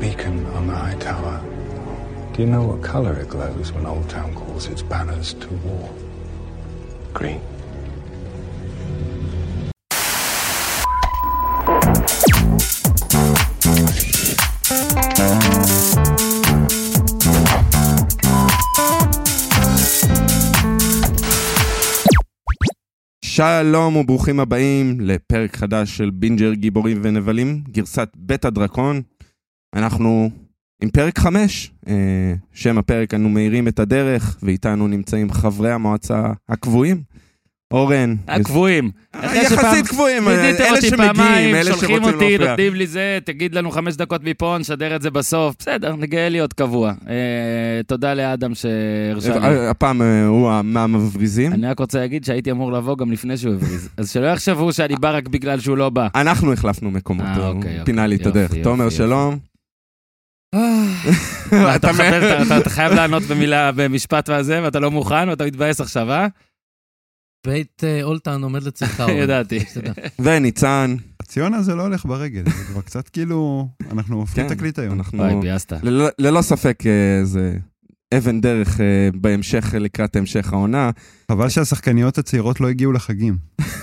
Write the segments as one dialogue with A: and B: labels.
A: beacon on the high tower. Do you know what color it glows when Old Town calls its banners to war? Green.
B: שלום וברוכים הבאים לפרק חדש של בינג'ר גיבורים ונבלים, גרסת בית הדרקון. אנחנו עם פרק 5, שם הפרק אנו מאירים את הדרך, ואיתנו נמצאים חברי המועצה הקבועים. אורן.
C: הקבועים.
B: יחסית קבועים, אלה שמגיעים, אלה שרוצים
C: אותי, נותנים לי זה, תגיד לנו 5 דקות מפה, נשדר את זה בסוף. בסדר, נגאה להיות קבוע. תודה לאדם שהרשה לי.
B: הפעם הוא מהמבריזים.
C: אני רק רוצה להגיד שהייתי אמור לבוא גם לפני שהוא הבריז. אז שלא יחשבו שאני בא רק בגלל שהוא לא בא.
B: אנחנו החלפנו מקומות, פינה לי את הדרך. תומר, שלום.
C: אתה חייב לענות במשפט והזה, ואתה לא מוכן, ואתה מתבאס עכשיו, אה?
D: בית אולטן עומד לצלך.
C: ידעתי.
B: וניצן.
E: הציון הזה לא הולך ברגל, זה כבר קצת כאילו, אנחנו הופכים תקליט היום.
C: וואי, ביאסת.
B: ללא ספק זה אבן דרך בהמשך, לקראת המשך העונה.
E: חבל שהשחקניות הצעירות לא הגיעו לחגים.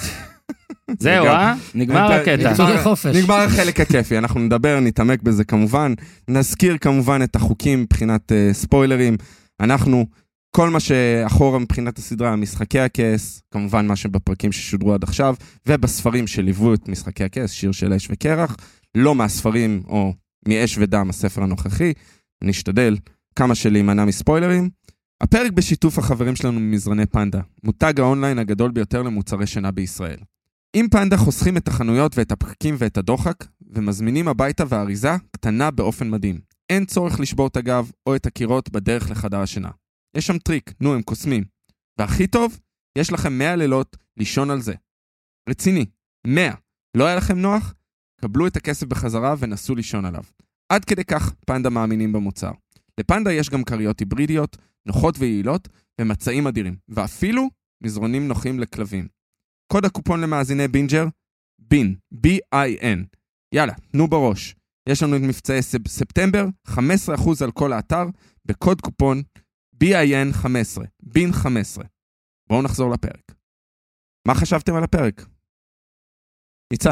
C: זהו, נגמר הקטע.
B: נגמר החלק הכיפי, אנחנו נדבר, נתעמק בזה כמובן. נזכיר כמובן את החוקים מבחינת ספוילרים. אנחנו... כל מה שאחורה מבחינת הסדרה, משחקי הכס, כמובן מה שבפרקים ששודרו עד עכשיו, ובספרים שליוו את משחקי הכס, שיר של אש וקרח, לא מהספרים או מאש ודם, הספר הנוכחי, נשתדל כמה שלהימנע מספוילרים. הפרק בשיתוף החברים שלנו ממזרני פנדה, מותג האונליין הגדול ביותר למוצרי שינה בישראל. אם פנדה חוסכים את החנויות ואת הפרקים ואת הדוחק, ומזמינים הביתה והאריזה קטנה באופן מדהים. אין צורך לשבור את הגב או את הקירות בדרך לחדר השינה. יש שם טריק, הם קוסמים. והכי טוב, יש לכם 100 לילות לישון על זה. רציני, 100. לא היה לכם נוח? קבלו את הכסף בחזרה ונסו לישון עליו. עד כדי כך פנדה מאמינים במוצר. לפנדה יש גם קריות היברידיות, נוחות ויעילות, ומצעים אדירים. ואפילו מזרונים נוחים לכלבים. קוד הקופון למאזיני בינג'ר, בין, B-I-N. יאללה, תנו בראש. יש לנו את מבצעי ספטמבר, 15% על כל האתר, בקוד קופון BIN 15, בין 15. בואו נחזור לפרק. מה חשבתם על הפרק? ניצן.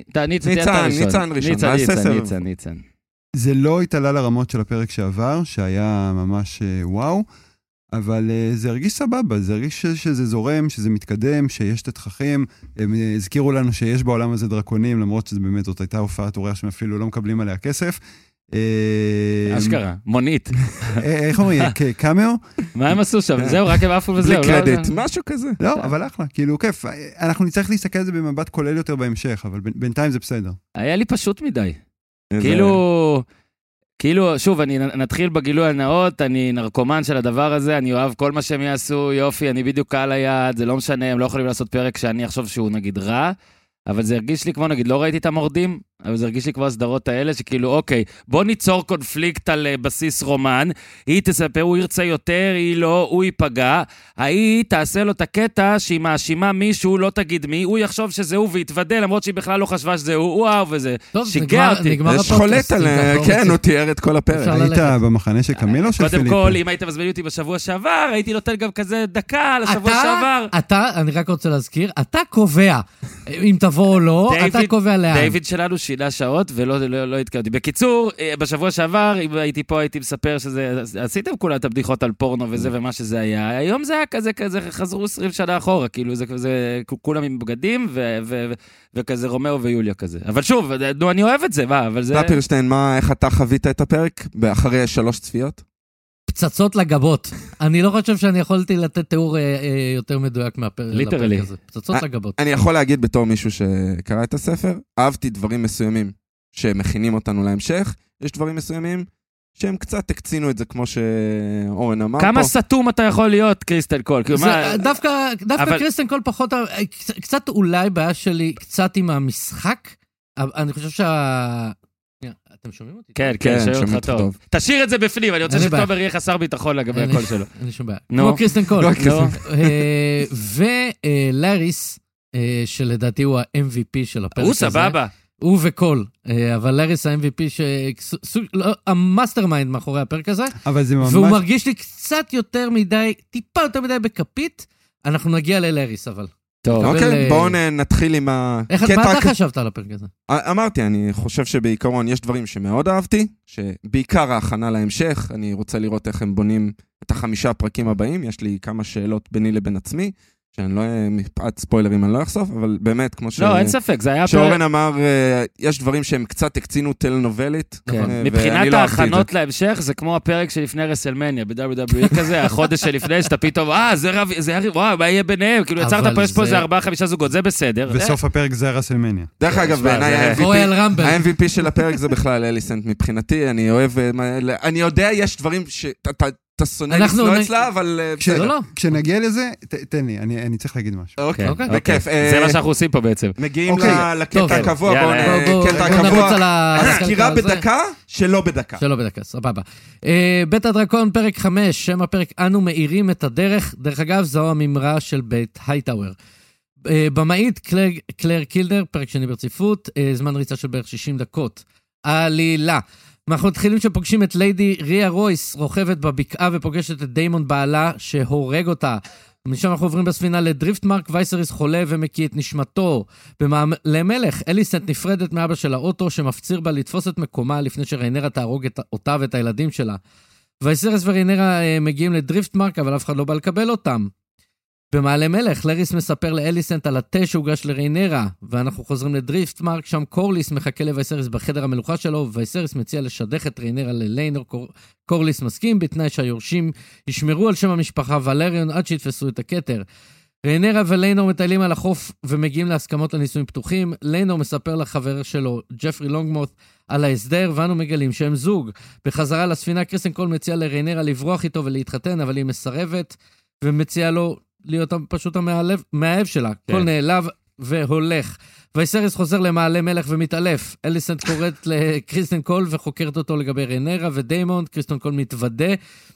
B: ניצן ראשון.
C: ניצן.
E: זה לא התעלה לרמות של הפרק שעבר, שהיה ממש וואו, אבל זה הרגיש סבבה, זה הרגיש שזה זורם, שזה מתקדם, שיש את התככים, הם הזכירו לנו שיש בעולם הזה דרקונים, למרות שזה באמת זאת הייתה הופעת אורח שהם אפילו לא מקבלים עליה כסף,
C: אשכרה, מונית.
E: איך אומרים, קאמאו?
C: מה הם עשו שם? זהו, רק הם עפו וזהו.
B: בלי קרדיט, משהו כזה.
E: לא, אבל אחלה, כאילו כיף. אנחנו נצטרך להסתכל על זה במבט כולל יותר בהמשך, אבל בינתיים זה בסדר.
C: היה לי פשוט מדי. כאילו, שוב, נתחיל בגילוי הנאות, אני נרקומן של הדבר הזה, אני אוהב כל מה שהם יעשו, יופי, אני בדיוק קהל היעד, זה לא משנה, הם לא יכולים לעשות פרק שאני אחשוב שהוא נגיד רע, אבל זה הרגיש לי כמו, נגיד, לא ראיתי את המורדים, אבל זה הרגיש לי כמו הסדרות האלה, שכאילו, אוקיי, בוא ניצור קונפליקט על בסיס רומן, היא תספר, הוא ירצה יותר, היא לא, הוא ייפגע, היא תעשה לו את הקטע, שהיא מאשימה מישהו, לא תגיד מי, הוא יחשוב שזה הוא ויתוודא, למרות שהיא בכלל לא חשבה שזה הוא, וואו, וזה שיגע אותי.
B: יש חולט על, כן, הוא תיאר את כל הפרק.
E: היית במחנה של קמילו של פיליפ?
C: קודם כל, אם היית מזמין אותי בשבוע שעבר, הייתי נותן גם כזה דקה לשבוע שעבר.
D: אני רק רוצה להזכיר, אתה קובע, אם תבוא או לא, אתה קובע לאן.
C: דיוויד שלנו שינה שעות ולא התקדמתי. בקיצור, בשבוע שעבר, אם הייתי פה, הייתי מספר שזה, עשיתם כולה את הבדיחות על פורנו וזה ומה שזה היה. היום זה היה כזה, חזרו 20 שנה אחורה, כאילו זה כולם עם בגדים וכזה רומאו ויוליה כזה. אבל שוב, אני אוהב את זה, אבל זה...
B: טאפרשטיין, איך אתה חווית את הפרק אחרי 3 צפיות?
D: פצצות לגבות. אני לא חושב שאני יכולתי לתת תיאור יותר מדויק מהפרק הזה. פצצות לגבות.
B: אני יכול להגיד בתור מישהו שקרא את הספר, אהבתי דברים מסוימים שמכינים אותנו להמשך, יש דברים מסוימים שהם קצת הקצינו את זה כמו שאורן אמר פה.
C: כמה סתום אתה יכול להיות, קריסטן קול?
D: דווקא קריסטן קול פחות, קצת אולי בעיה שלי, קצת עם המשחק, אני חושב אתם שומעים אותי?
C: כן, שומעים אותך טוב. תשאיר את זה בפנים, אני רוצה שתומר יהיה חסר ביטחון לגבי הקול שלו.
D: אני שומע. כמו קריסטן קול. ולאריס, שלדעתי הוא ה-MVP של הפרק הזה.
C: הוא סבבה.
D: הוא וכל, אבל לריס ה-MVP, המאסטר מיינד מאחורי הפרק הזה,
E: אבל זה ממש...
D: והוא מרגיש לי קצת יותר מדי, טיפה יותר מדי בכפית, אנחנו נגיע ללריס אבל.
C: טוב.
B: אוקיי, בואו נתחיל עם הקטע...
D: מה אתה חשבת על הפרק הזה?
B: אמרתי, אני חושב שבעיקרון יש דברים שמאוד אהבתי, שבעיקר ההכנה להמשך, אני רוצה לראות איך הם בונים את 5 הפרקים הבאים, יש לי כמה שאלות ביני לבין עצמי, שאני לא, מפאת ספוילרים אני לא אחשוף, אבל באמת, כמו
C: לא, אין ספק, זה היה...
B: שאורן אמר, יש דברים שהם קצת הקצינו טלנובלית.
C: מבחינת ההכנות להמשך, זה כמו הפרק שלפני רסלמניה, ב-WWE כזה, החודש שלפני, שאתה פתאום, זה יריב, וואו, מה יהיה ביניהם? כאילו, יצרת פה, יש פה איזה 4-5 זוגות, זה בסדר.
E: בסוף הפרק זה רסלמניה.
B: דרך אגב, בעיניי ה-MVP של הפרק זה בכלל אליסנט מבחינתי, אני יודע, יש דברים שאתה שונא לשנוא אצלה, אבל...
E: כשנגיע לזה, תן לי, אני צריך להגיד משהו.
B: אוקיי, בכיף.
C: זה מה שאנחנו עושים פה בעצם.
B: מגיעים לקטע הקבוע, בואו קטע הקבוע. הסקירה בדקה, שלא בדקה.
D: שלא בדקה, סבבה. בית הדרקון, פרק 5, שם הפרק, אנו מאירים את הדרך. דרך אגב, זו הממרה של בית הייטאוור. במאית, קלר קילדר, פרק שני ברציפות, זמן ריצה של בערך 60 דקות. עלילה. אנחנו מתחילים שפוגשים את ליידי ריה רויס, רוכבת בבקעה ופוגשת את דיימון בעלה שהורג אותה. משם אנחנו עוברים בספינה לדריפטמרק, וייסריס חולה ומקיא את נשמתו. למלך, אליסנט נפרדת מאבא של האוטו שמפציר בה לתפוס את מקומה לפני שריינרה תהרוג אותה ואת הילדים שלה. וייסריס וריינרה מגיעים לדריפטמרק, אבל אף אחד לא בא לקבל אותם. במעלה מלך, לריס מספר לאליסנט על התה שהוגש לריינרה, ואנחנו חוזרים לדריפטמרק, שם קורליס מחכה לווייסריס בחדר המלוכה שלו, ווייסריס מציע לשדך את ריינרה לליינור, קורליס מסכים בתנאי שהיורשים ישמרו על שם המשפחה ולריון עד שיתפסו את הכתר. ריינרה וליינור מטיילים על החוף ומגיעים להסכמות לניסויים פתוחים, ליינור מספר לחבר שלו, ג'פרי לונגמות, על ההסדר, ואנו מגלים שהם זוג. בחזרה לספינה, קריסטן קול מציע לריינרה לברוח איתו ולהתחתן, אבל היא מסרבת, ומציעה לו להיות פשוט המאהב שלה. כל נעלב והולך. וייסריס חוזר למעלה מלך ומתעלף. אליסנט קוראת לקריסטן קול וחוקרת אותו לגבי ריינרה ודיימון. קריסטן קול מתוודה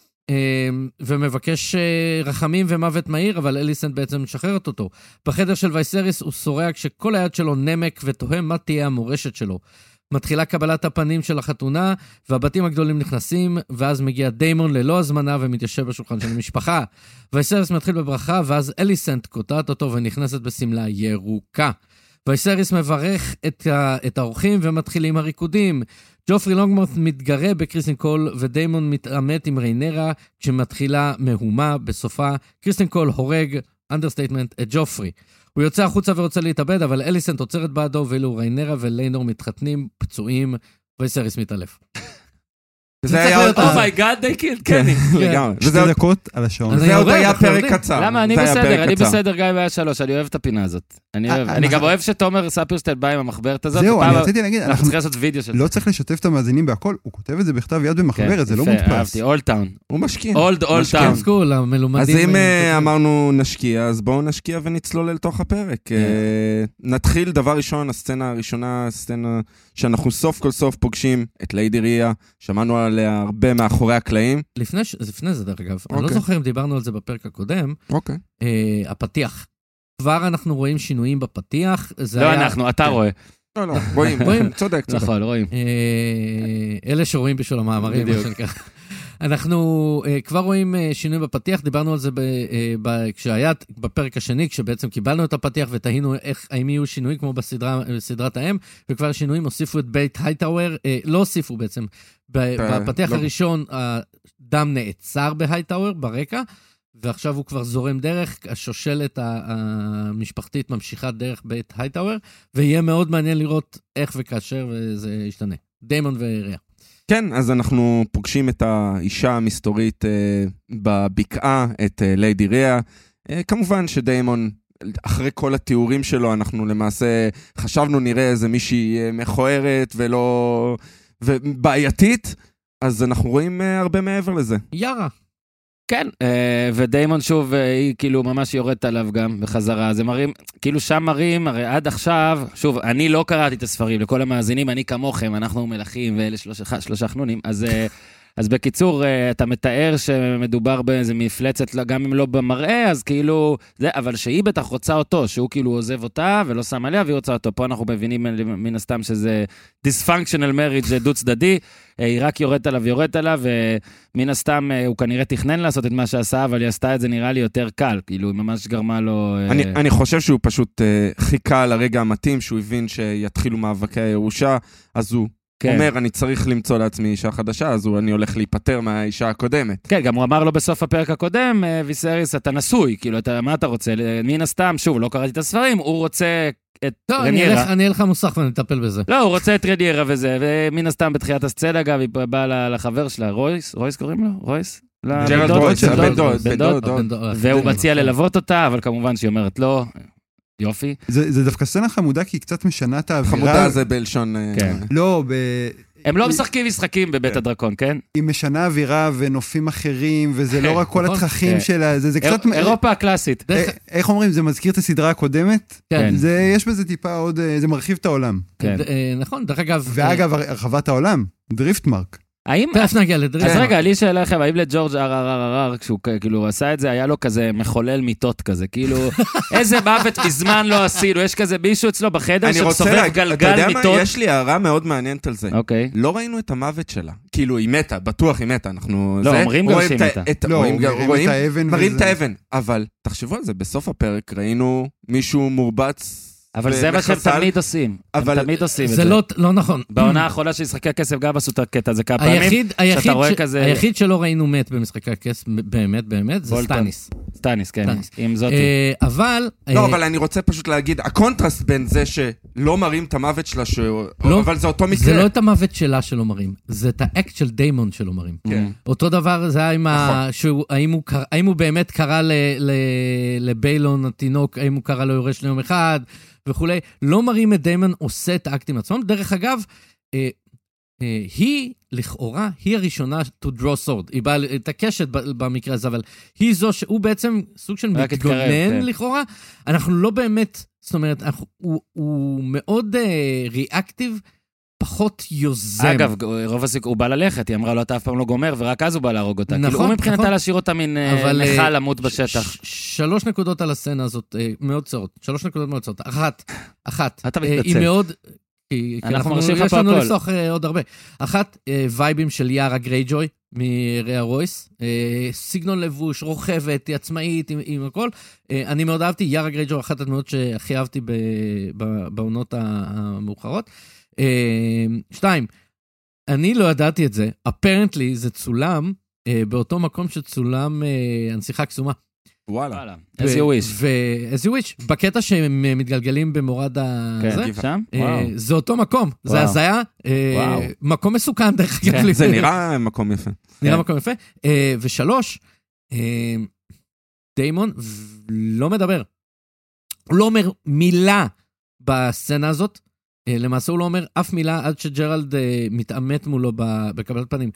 D: ומבקש רחמים ומוות מהיר, אבל אליסנט בעצם משחררת אותו. בחדר של וייסריס הוא שורע כשכל היד שלו נמק ותוהה מה תהיה המורשת שלו. מתחילה קבלת הפנים של החתונה, והבתים הגדולים נכנסים, ואז מגיע דיימון ללא הזמנה ומתיישב בשולחן של המשפחה. וייסריס מתחיל בברכה, ואז אליסנט קוטעת אותו ונכנסת בסמלה ירוקה. וייסריס מברך את האורחים ומתחילים הריקודים. ג'ופרי לונגמות מתגרה בקריסטן קול, ודיימון מתעמת עם ריינרה, כשמתחילה מהומה בסופה. קריסטן קול הורג, אנדרסטייטמנט, את ג'ופרי. הוא יוצא החוצה ורוצה להתאבד, אבל אליסנט עוצרת בעדו, ואילו ריינרה וליינור מתחתנים, פצועים, וייסריס מתעלף.
B: זה היה עוד...
C: אומייגאד, די קיל, כן.
B: לגמרי.
E: 2 דקות על השעון.
B: זה עוד היה פרק קצר.
C: למה? אני בסדר, אני בסדר גם עם 3, אני אוהב את הפינה הזאת. אני גם אוהב שתומר ספירשטיין בא עם המחברת הזאת.
E: זהו, אני רציתי להגיד,
C: אנחנו צריכים לעשות וידאו של זה.
E: לא צריך לשתף את המאזינים בהכל, הוא כותב את זה בכתב יד במחברת, זה לא מודפס.
C: אהבתי, אולד טאון.
B: הוא משקיע.
C: אולד טאון.
B: אז אם אמרנו נשקיע, אז בואו נשקיע ונצלול אל תוך הפרק. נתחיל דבר ראשון, הסצנה הראשונה, הסצנה שאנחנו סוף כל סוף פוגשים את ליידי ריה, שמענו עליה הרבה מאחורי הקלעים.
D: לפני זה דרך אגב, אני לא זוכר אם דיברנו על זה בפרק הקודם, הפתיח. כבר אנחנו רואים שינויים בפתיח.
C: לא אנחנו, אתה רואה.
B: לא, רואים, צודק.
C: נכון, רואים.
D: אלה שרואים בשביל המאמרים. אנחנו כבר רואים שינוי בפתיח, דיברנו על זה כשהיה בפרק השני, כשבעצם קיבלנו את הפתיח ותהינו האם יהיו שינויים כמו בסדרת האם, וכבר שינויים הוסיפו את בית הייטאוור, לא הוסיפו בעצם, בפתיח הראשון הדם נעצר בהייטאוור ברקע, ועכשיו הוא כבר זורם דרך, השושלת המשפחתית ממשיכה דרך בית הייטאוור, ויהיה מאוד מעניין לראות איך וכאשר וזה ישתנה. דיימון וריה.
B: כן, אז אנחנו פוגשים את האישה המסתורית בבקעה, את ליידי ריה. כמובן שדיימון, אחרי כל התיאורים שלו, אנחנו למעשה חשבנו נראה איזה מישהי מכוערת ובעייתית, אז אנחנו רואים הרבה מעבר לזה.
D: ירה.
C: כן, ודיימון שוב, היא כאילו ממש יורדת עליו גם בחזרה, זה מראים, כאילו שם מראים, הרי עד עכשיו, שוב, אני לא קראתי את הספרים, לכל המאזינים, אני כמוכם, אנחנו מלכים ואלה 3 חנונים, אז אז בקיצור, אתה מתאר שמדובר באיזה מפלצת, גם אם לא במראה, אז כאילו, אבל שהיא בטח רוצה אותו, שהוא כאילו עוזב אותה ולא שם עליה, והיא רוצה אותו. פה אנחנו מבינים מן הסתם שזה dysfunctional marriage דו צדדי, היא רק יורדת עליו, ומן הסתם הוא כנראה תכנן לעשות את מה שעשה, אבל היא עשתה את זה נראה לי יותר קל, כאילו היא ממש גרמה לו...
B: אני חושב שהוא פשוט חיכה לרגע המתאים, שהוא הבין שיתחילו מאבקי הירושה, אז הוא אומר, אני צריך למצוא לעצמי אישה חדשה, אז אני הולך להיפטר מהאישה הקודמת.
C: כן, גם הוא אמר לו בסוף הפרק הקודם, ויסריס, אתה נשוי, כאילו, מה אתה רוצה? מן הסתם, שוב, לא קראתי את הספרים, הוא רוצה את רניירה.
D: אני אלך מוסך ואני אטפל בזה.
C: לא, הוא רוצה את רניירה וזה, ומן הסתם בתחילת הסצנה, אגב, היא באה לחבר שלה, רויס קוראים לו? רויס?
B: ג'רלד רויס, בן דוד.
C: והוא מציע ללוות אותה, אבל כמובן שהיא אומרת לא, יופי.
E: זה דווקא סצנה חמודה, כי היא קצת משנה את האווירה.
B: חמודה זה בלשון...
E: לא,
C: הם לא משחקים משחקים בבית הדרקון, כן?
E: היא משנה אווירה ונופים אחרים, וזה לא רק כל התככים שלה, זה קצת...
C: אירופה הקלאסית.
E: איך אומרים, זה מזכיר את הסדרה הקודמת?
D: כן.
E: יש בזה טיפה עוד, זה מרחיב את העולם.
D: נכון, דרך אגב...
E: ואגב, הרחבת העולם, דריפטמרק.
D: תכף נגיע לדריפט.
C: אז רגע, לי שאלה לכם, האם לג'ורג' כשהוא כאילו עשה את זה, היה לו כזה מחולל מיטות כזה, כאילו, איזה מוות מזמן לא עשינו, יש כזה מישהו אצלו בחדר שסובב גלגל מיטות.
B: אתה יודע מה? יש לי הערה מאוד מעניינת על זה.
C: אוקיי.
B: לא ראינו את המוות שלה. כאילו, היא מתה, בטוח היא מתה, אנחנו...
C: לא, אומרים גם שהיא מתה.
E: לא, מראים
B: את האבן, אבל תחשבו על זה, בסוף הפרק ראינו מישהו מורבץ,
C: אבל זה מה שהם תמיד עושים. הם תמיד עושים את זה.
D: זה לא נכון.
C: בעונה האחרונה של משחקי הכסף גם עשו את הקטע הזה כמה פעמים.
D: היחיד שלא ראינו מת במשחקי הכסף, באמת, זה סטניס.
C: סטניס, כן. עם זאת.
D: אבל...
B: לא, אבל אני רוצה פשוט להגיד, הקונטרסט בין זה שלא מראים את המוות שלה, אבל זה אותו מקרה.
D: זה לא את המוות שלה שלא מראים, זה את האקט של דיימון שלא מראים. אותו דבר זה היה עם האם הוא באמת קרא לביילון התינוק, האם הוא קרא לו יורש ליום אחד, וכולי, לא מראים את דיימון עושה את האקטים עצמם. דרך אגב, היא לכאורה, היא הראשונה to draw sword, היא באה את הקשת במקרה הזה, אבל היא זו שהוא בעצם סוג של מתגונן לכאורה, אנחנו לא באמת, זאת אומרת, הוא מאוד ריאקטיב, פחות יוזם.
C: אגב, רוב הסיכוי, הוא בא ללכת, היא אמרה לו, אתה אף פעם לא גומר, ורק אז הוא בא להרוג אותה. כאילו, הוא מבחינתה להשאיר אותה מין נכה למות בשטח.
D: 3 נקודות על הסצנה הזאת, מאוד צרות. 3 נקודות מאוד צרות. אחת.
C: אתה מתנצל.
D: היא מאוד...
C: אנחנו מרשים לך פה
D: יש לנו
C: הכל.
D: לסוך עוד הרבה. אחת, וייבים של יארה גרייג'וי, מריה רויס. סגנון לבוש, רוכבת, היא עצמאית, עם הכל. אני מאוד אהבתי, יארה גרייג'וי, אחת הדמות שהכי אהבתי בעונות המאוחרות. 2, אני לא ידעתי את זה, apparently זה צולם באותו מקום שצולם הנסיכה קסומה.
B: וואלה.
C: as you wish.
D: as you wish, בקטע שהם מתגלגלים במורד הזה, זה אותו מקום, זה הזיה, מקום מסוכן דרך אגב.
B: זה נראה מקום יפה.
D: נראה מקום יפה. 3, דיימון לא מדבר. הוא לא אומר מילה בסצנה הזאת, למעשה הוא לא אומר אף מילה עד שג'רלד מתעמת מולו בקבלת פנים,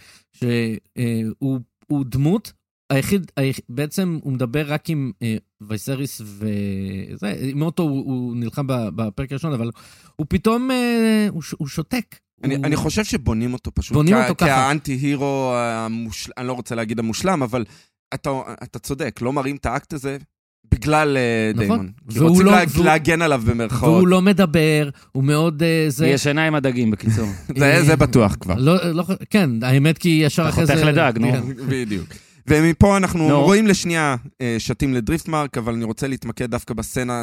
D: שהוא דמות, בעצם הוא מדבר רק עם וייסריס וזה, עם אותו הוא נלחם בפרק הראשון, אבל הוא פתאום, הוא שותק.
B: אני חושב שבונים אותו פשוט, כאנטי-הירו, אני לא רוצה להגיד המושלם, אבל אתה צודק, לא מראים את האקט הזה, בגלל דיימון. כי רוצים להגן עליו במרכאות.
D: והוא לא מדבר, הוא מאוד...
C: יש עיניים הדגים בקיצור.
B: זה בטוח כבר.
D: כן, האמת כי ישר אחרי זה...
C: אתה חותך לדג, נו.
B: בדיוק. ומפה אנחנו רואים לשנייה שתים לדריפטמרק, אבל אני רוצה להתמקד דווקא בסצנה,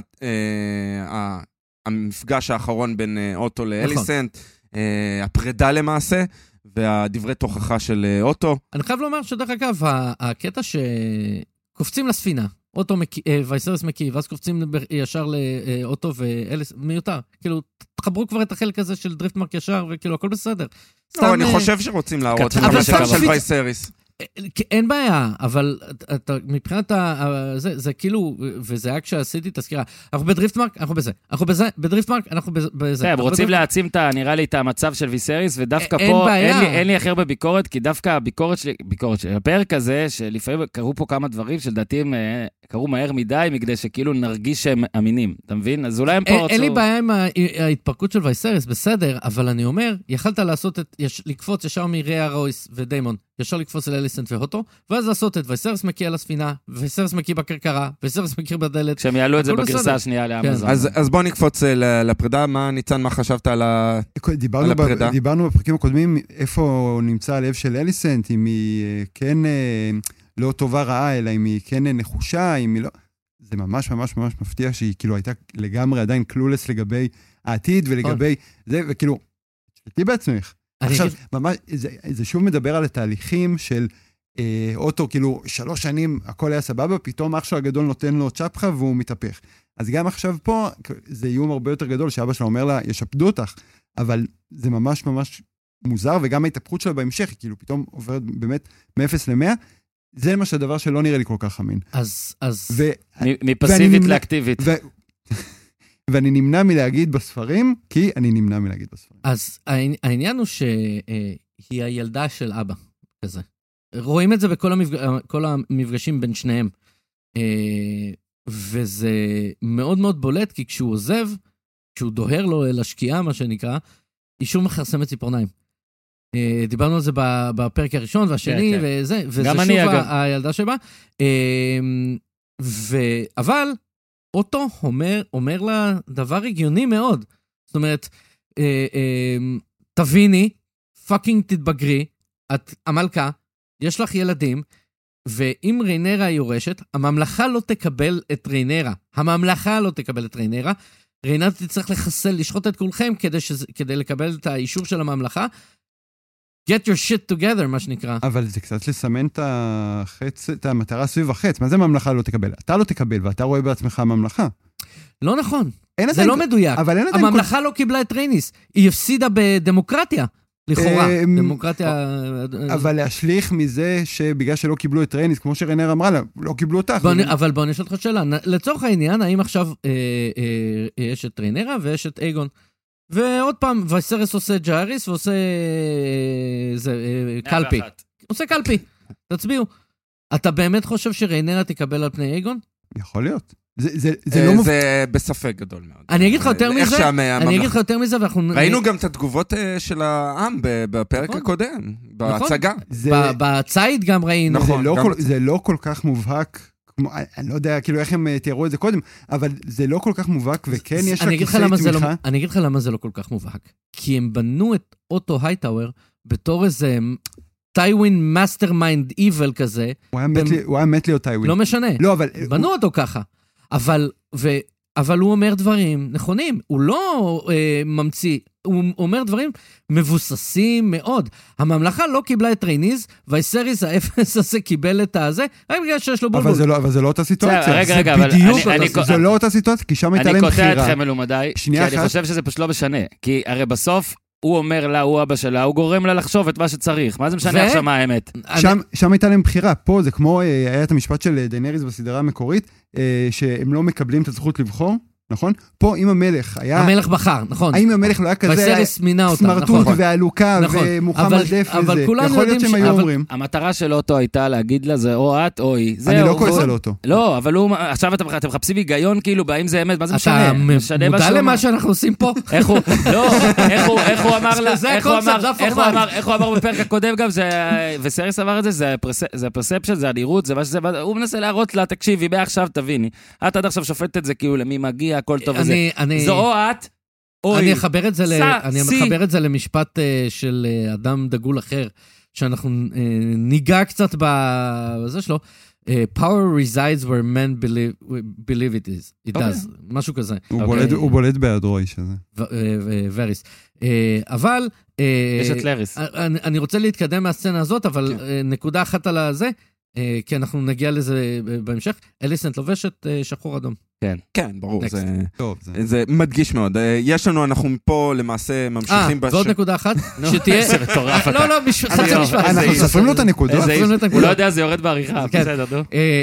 B: המפגש האחרון בין אוטו לאליסנט, הפרידה למעשה, והדברי תוכחה של אוטו.
D: אני חייב לומר שדרך אגב, הקטע שקופצים לספינה, אוטו וייסריס מקיא, ואז קופצים ישר לאוטו ואליס, מיותר. כאילו, תחברו כבר את החלק הזה של דריפטמרק ישר, וכאילו, הכל בסדר.
B: לא, אני חושב שרוצים להראות את המשקל של וייסריס.
D: אין בעיה, אבל מבחינת זה כאילו, וזה היה כשעשיתי את הסקירה, אנחנו בדריפטמרק, אנחנו בזה, אנחנו בזה, בדריפטמרק, אנחנו בזה.
C: הם רוצים להעצים, נראה לי, את המצב של ויסריס, ודווקא פה אין לי אחר בביקורת, כי דווקא הביקורת שלי, הפרק הזה, שלפעמים קראו פה כמה דברים שלדעתי הם קראו מהר מדי, מכדי שכאילו נרגיש שהם אמינים, אתה מבין? אז אולי הם פה רצו...
D: אין לי בעיה עם ההתפרקות של ויסריס, בסדר, אבל אני אומר, יכלת לעשות לקפוץ ישר מריה רויס ודיימון. ישר לקפוץ אל אליסנט והוטו, ואז לעשות את וייסרס מקיא על הספינה, וייסרס מקיא בכרכרה, וייסרס מקיא בדלת.
C: כשהם יעלו את זה בגרסה השנייה לאמזון.
B: אז בוא נקפוץ לפרידה, ניצן, מה חשבת על הפרידה?
E: דיברנו בפרקים הקודמים, איפה נמצא הלב של אליסנט, אם היא כן לא טובה רעה, אלא אם היא כן נחושה, אם היא לא... זה ממש ממש ממש מפתיע שהיא כאילו הייתה לגמרי עדיין קלולס לגבי העתיד ולגבי זה, וכאילו, שתתי בעצמך. עכשיו, ממש, זה שוב מדבר על התהליכים של אוטו, כאילו 3 שנים הכל היה סבבה, פתאום אח שלו הגדול נותן לו צ'פחה והוא מתהפך. אז גם עכשיו פה, זה איום הרבה יותר גדול, שאבא שלו אומר לה, ישפדו אותך, אבל זה ממש ממש מוזר, וגם ההתהפכות שלה בהמשך, היא כאילו פתאום עוברת באמת מ-0 ל-100, זה למשל הדבר שלא נראה לי כל כך אמין.
C: מפסיבית לאקטיבית.
E: ואני נמנע מלהגיד בספרים, כי אני נמנע מלהגיד בספרים.
D: אז העניין הוא שהיא הילדה של אבא, כזה. רואים את זה בכל המפגשים בין שניהם. וזה מאוד מאוד בולט, כי כשהוא עוזב, כשהוא דוהר לו אל השקיעה, מה שנקרא, היא שוב מחרסמת ציפורניים. דיברנו על זה בפרק הראשון והשני, וזה שוב הילדה שבה. אבל אוטו אומר לה דבר הגיוני מאוד. זאת אומרת, תביני, פאקינג תתבגרי, את המלכה, יש לך ילדים, ואם ריינרה היא יורשת, הממלכה לא תקבל את ריינרה. הממלכה לא תקבל את ריינרה. ריינרה תצטרך לחסל, לשחוט את כולכם כדי לקבל את האישור של הממלכה. Get your shit together, מה שנקרא.
E: אבל זה קצת לסמן את המטרה סביב החץ. מה זה ממלכה לא תקבל? אתה לא תקבל, ואתה רואה בעצמך הממלכה.
D: לא נכון. זה לא מדויק. הממלכה לא קיבלה את רייניס. היא הפסידה בדמוקרטיה. לכאורה. דמוקרטיה...
E: אבל להשליך מזה שבגלל שלא קיבלו את רייניס, כמו שריינר אמרה לה, לא קיבלו אותך.
D: אבל בוא נשאל אותך שאלה. לצורך העניין, האם עכשיו יש את ריינרה ויש את אייגון? ועוד פעם, וייסרס עושה ג'אריס ועושה קלפי. עושה קלפי. תצביעו. אתה באמת חושב שריינרה תקבל על פני אייגון?
E: יכול להיות.
B: זה בספק גדול מאוד.
D: אני אגיד לך יותר מזה,
B: ראינו גם את התגובות של העם בפרק הקודם, בהצגה.
D: בצייד גם ראינו.
E: זה לא כל כך מובהק, אני לא יודע כאילו איך הם תיארו את זה קודם, אבל זה לא כל כך מובהק, וכן יש לה כיסי תמיכה.
D: אני אגיד לך למה זה לא כל כך מובהק. כי הם בנו את אוטו הייטאוור בתור איזה טייווין מאסטר מיינד איבל כזה.
E: הוא היה מת להיות טייווין.
D: לא משנה. בנו אותו ככה. אבל הוא אומר דברים נכונים. הוא לא ממציא. הוא אומר דברים מבוססים מאוד. הממלכה לא קיבלה את רייניז, וייסריס האפס הזה קיבל את הזה, רק בגלל שיש לו בולבול.
E: אבל זה לא אותה סיטואציה.
C: רגע, אבל
E: זה לא אותה סיטואציה, כי שם הייתה להם בחירה.
C: אני קוטע אתכם מלומדי, כי אני חושב שזה פשוט לא משנה. כי הרי בסוף, הוא אומר לה, הוא אבא שלה, הוא גורם לה לחשוב את מה שצריך. מה זה משנה עכשיו מה האמת?
E: שם הייתה להם בחירה. פה זה כמו, היה את המשפט של דיינריס בסדרה המקורית, שהם לא מקבלים את הזכות לבחור. נכון? פה אם המלך היה...
D: המלך בחר, נכון.
E: האם המלך לא היה כזה... סמרטוט והלוקה ומוחמד דף וזה. יכול להיות שהם היו אומרים.
C: המטרה של אוטו הייתה להגיד לה, זה או את או היא.
E: אני לא כועס על אוטו.
C: לא, אבל הוא... עכשיו אתם מחפשים היגיון כאילו, באם זה אמת, מה זה משנה?
D: אתה מודע למה שאנחנו עושים פה?
C: איך הוא... לא, איך הוא אמר לה... איך הוא אמר בפרק הקודם גם, וסריס אמר את זה, זה הפרספשן, זה הנראות, זה מה שזה... הוא מנסה להראות לה, תקשיבי, עכשיו תביני. את עד עכשיו שופטת את זה כאילו למי מגיע, הכל טוב וזה. זו או את, או
D: אני אחבר את זה למשפט של אדם דגול אחר, שאנחנו ניגע קצת בזה שלו. Power resides where men believe it does. משהו כזה.
E: הוא בולט בהיעדרו האיש הזה.
D: וריס. אבל...
C: יש את לריס.
D: אני רוצה להתקדם מהסצנה הזאת, אבל נקודה אחת על הזה, כי אנחנו נגיע לזה בהמשך. אליסנט לובשת שחור אדום.
B: כן, ברור, זה מדגיש מאוד. יש לנו, אנחנו פה למעשה ממשיכים...
D: ועוד נקודה אחת, שתהיה...
C: זה מטורף.
D: לא, חצי משפט.
E: אנחנו סופרים לו את הנקודות.
C: הוא לא יודע, זה יורד בעריכה, בסדר, נו.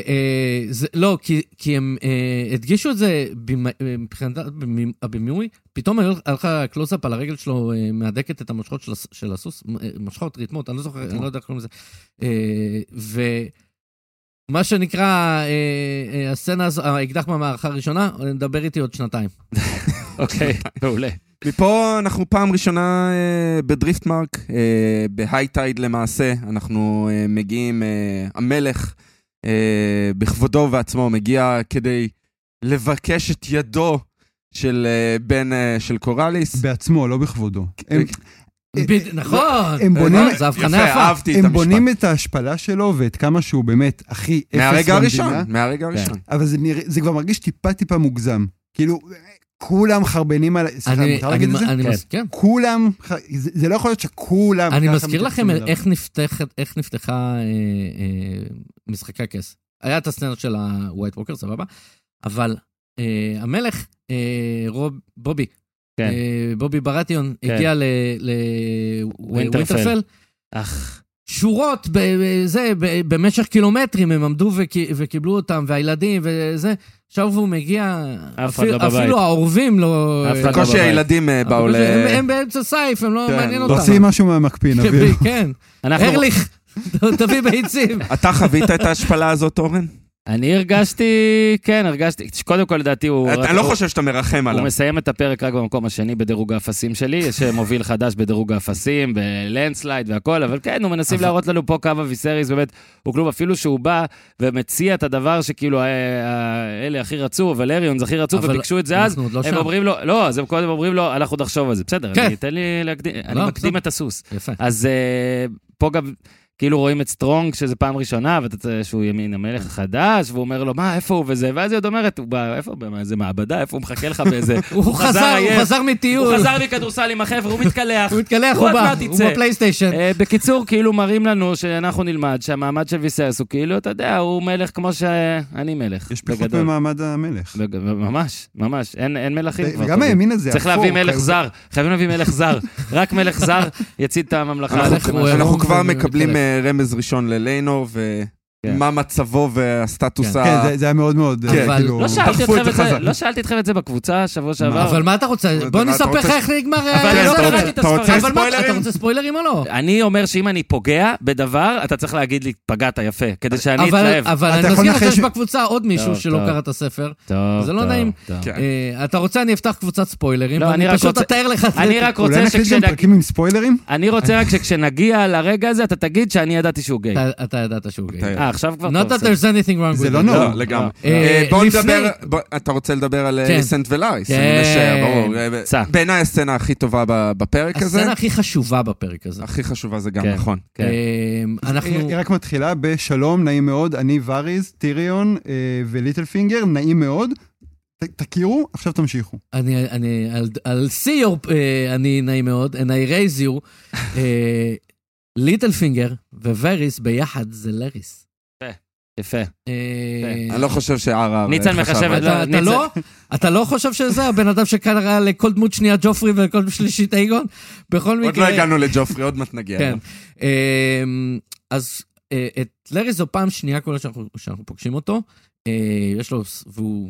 D: לא, כי הם הדגישו את זה מבחינת הבימוי, פתאום הלכה קלוזאפ על הרגל שלו, מהדקת את המשכות של הסוס, משכות, ריתמות, אני לא זוכר, אני לא יודע איך קוראים לזה. מה שנקרא, הסצנה הזו, האקדח במערכה הראשונה, נדבר איתי עוד 2 שנתיים.
C: אוקיי, מעולה.
B: מפה אנחנו פעם ראשונה בדריפט מרק, בהייטייד למעשה, אנחנו מגיעים, המלך בכבודו ועצמו מגיע כדי לבקש את ידו של בן של קוראליס.
E: בעצמו, לא בכבודו.
D: נכון,
E: הם בונים,
D: זה הבחנה
B: יפה,
D: יפה.
B: אהבתי את המשפט.
E: הם בונים את ההשפלה שלו ואת כמה שהוא באמת הכי אפס
B: מהרגע
E: במדינה.
B: הראשון, מהרגע הראשון.
E: אבל זה כבר מרגיש טיפה מוגזם. כאילו, כולם חרבנים על... סליחה, מותר להגיד את זה?
D: כן.
E: כולם, זה לא יכול להיות שכולם...
D: אני מזכיר לכם איך נפתחה משחקי הכס. היה את הסצנות של הווייט ווקר, סבבה? אבל המלך, בובי ברטיון, הגיע לווינטרפל. שורות במשך קילומטרים, הם עמדו וקיבלו אותם, והילדים וזה. עכשיו הוא מגיע, אפילו העורבים לא...
B: בקושי הילדים באו ל...
D: הם באמצע סייף, הם לא מעניין אותם.
E: רוצים משהו מהמקפין, אוויר.
D: כן, הרליך, תביא ביצים.
B: אתה חווית את ההשפלה הזאת, אורן?
C: אני הרגשתי, קודם כל לדעתי הוא...
B: אני לא חושב שאתה מרחם עליו.
C: הוא מסיים את הפרק רק במקום השני בדירוג האפסים שלי, יש מוביל חדש בדירוג האפסים, בלנדסלייד והכל, אבל כן, הוא מנסים להראות לנו פה קו אביסריס, באמת, הוא כלום אפילו שהוא בא ומציע את הדבר שכאילו אלה הכי רצו, ולריון זה הכי רצו, וביקשו את זה אז, הם אומרים לו, לא, אז הם קודם אומרים לו, אנחנו נחשוב על זה, בסדר, תן לי להקדים, אני מקדים את הסוס. אז פה גם... כאילו רואים את סטרונג, שזה פעם ראשונה, שהוא ימין המלך החדש, והוא אומר לו, מה, איפה הוא וזה? ואז היא עוד אומרת, הוא בא, איפה, באיזה מעבדה, איפה הוא מחכה לך באיזה...
D: הוא חזר מטיול.
C: הוא חזר מכדורסל עם החבר'ה, הוא מתקלח.
D: הוא מתקלח, הוא בפלייסטיישן.
C: בקיצור, כאילו מראים לנו שאנחנו נלמד שהמעמד של ויסרס הוא כאילו, אתה יודע, הוא מלך כמו שאני מלך.
E: יש פחות ממעמד המלך.
C: ממש, אין מלכים.
E: וגם הימין הזה,
C: צריך להביא מלך זר, חייבים להביא מלך זר. רק מלך זר יציד את הממלכה.
B: אנחנו כבר מקבלים רמז ראשון לליינור, ומה מצבו והסטטוס ה...
E: כן, זה היה מאוד מאוד...
C: לא שאלתי אתכם את זה בקבוצה, שבוע שעבר.
D: אבל מה אתה רוצה? בוא נספר לך איך נגמר...
B: אתה רוצה ספוילרים?
D: אתה רוצה ספוילרים או לא?
C: אני אומר שאם אני פוגע בדבר, אתה צריך להגיד לי, פגעת יפה, כדי שאני אתלהב.
D: אבל אני מזכיר לך שיש בקבוצה עוד מישהו שלא קרא את הספר. זה לא נעים. אתה רוצה, אני אפתח קבוצת ספוילרים, ואני פשוט אתאר לך...
E: אולי נקליט גם פרקים עם ספוילרים?
C: אני רוצה רק שכשנגיע לרגע הזה, אתה תגיד שאני ידעתי שהוא גיי.
D: אתה ידעת שהוא גיי.
C: עכשיו כבר
D: Not that there's anything wrong with it.
E: זה לא נורא.
B: לא, לגמרי. בואו נדבר, אתה רוצה לדבר על ליסנט ולאריס, אני משער, ברור. בעיניי הסצנה הכי טובה בפרק הזה.
D: הסצנה הכי חשובה בפרק הזה.
B: הכי חשובה זה גם נכון.
E: היא רק מתחילה בשלום, נעים מאוד, אני וריז, טיריון וליטל פינגר, נעים מאוד. תכירו, עכשיו תמשיכו.
D: I'll see you, אני נעים מאוד, and I raise you, ליטל פינגר ווריס ביחד זה לריס.
C: יפה.
B: אני לא חושב שערר...
C: ניצן מחשב...
D: אתה לא חושב שזה הבן אדם שקרא לכל דמות שנייה ג'ופרי ולכל דמות שלישית אייגון? בכל מקרה...
B: עוד לא הגענו לג'ופרי, עוד מעט נגיע.
D: כן. אז את לריס זו פעם שנייה כל שאנחנו פוגשים אותו. יש לו... והוא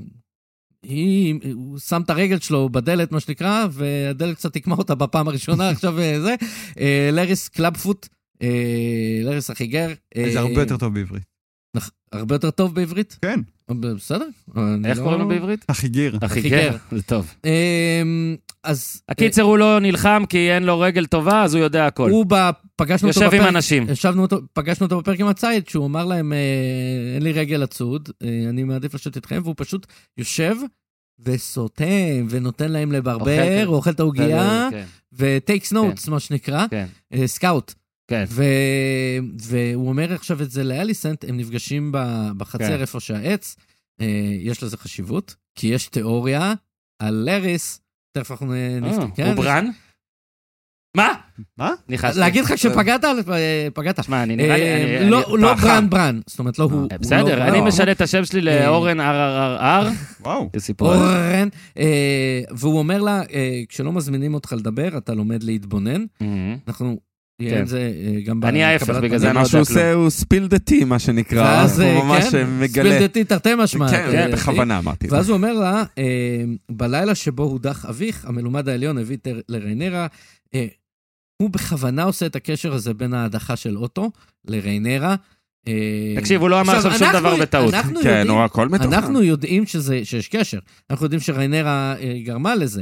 D: שם את הרגל שלו בדלת, מה שנקרא, והדלת קצת תקמה אותה בפעם הראשונה, עכשיו זה. לריס קלאבפוט, לריס החיגר.
E: זה הרבה יותר טוב בעברית.
D: הרבה יותר טוב בעברית?
E: כן.
C: בסדר? איך קוראים לו בעברית?
E: החיגר.
C: החיגר, זה טוב.
D: אז...
C: הקיצר הוא לא נלחם כי אין לו רגל טובה, אז הוא יודע הכל.
D: פגשנו אותו
C: יושב עם אנשים.
D: פגשנו אותו בפרק עם הצייד, שהוא אמר להם, אין לי רגל לצוד, אני מעדיף לשבת איתכם, והוא פשוט יושב וסותם, ונותן להם לברבר, הוא אוכל את ההוגייה, וטייקס נוטס, מה שנקרא, סקאוט.
C: כן.
D: והוא אומר עכשיו את זה לאליסנט, הם נפגשים בחצר איפה שהעץ, יש לזה חשיבות, כי יש תיאוריה על לריס, תכף אנחנו נפתח.
C: הוא ברן? מה?
D: להגיד לך שפגעת?
C: שמע, אני נראה לי...
D: לא ברן, זאת אומרת, לא הוא...
C: בסדר, אני משנה את השם שלי לאורן RRR.
E: וואו.
D: אורן, והוא אומר לה, כשלא מזמינים אותך לדבר, אתה לומד להתבונן. אנחנו...
C: אני ההפך, בגלל זה
B: מה שהוא עושה הוא ספיל דתי, מה שנקרא, הוא ממש מגלה.
D: ספיל דתי תרתי משמע.
B: כן, בכוונה אמרתי.
D: ואז הוא אומר לה, בלילה שבו הודח אביך, המלומד העליון הביא לריינרה, הוא בכוונה עושה את הקשר הזה בין ההדחה של אוטו לריינרה.
C: תקשיב, הוא לא אמר עכשיו שום דבר בטעות.
B: כן, הוא הכל מתוכן.
D: אנחנו יודעים שיש קשר, אנחנו יודעים שריינרה גרמה לזה.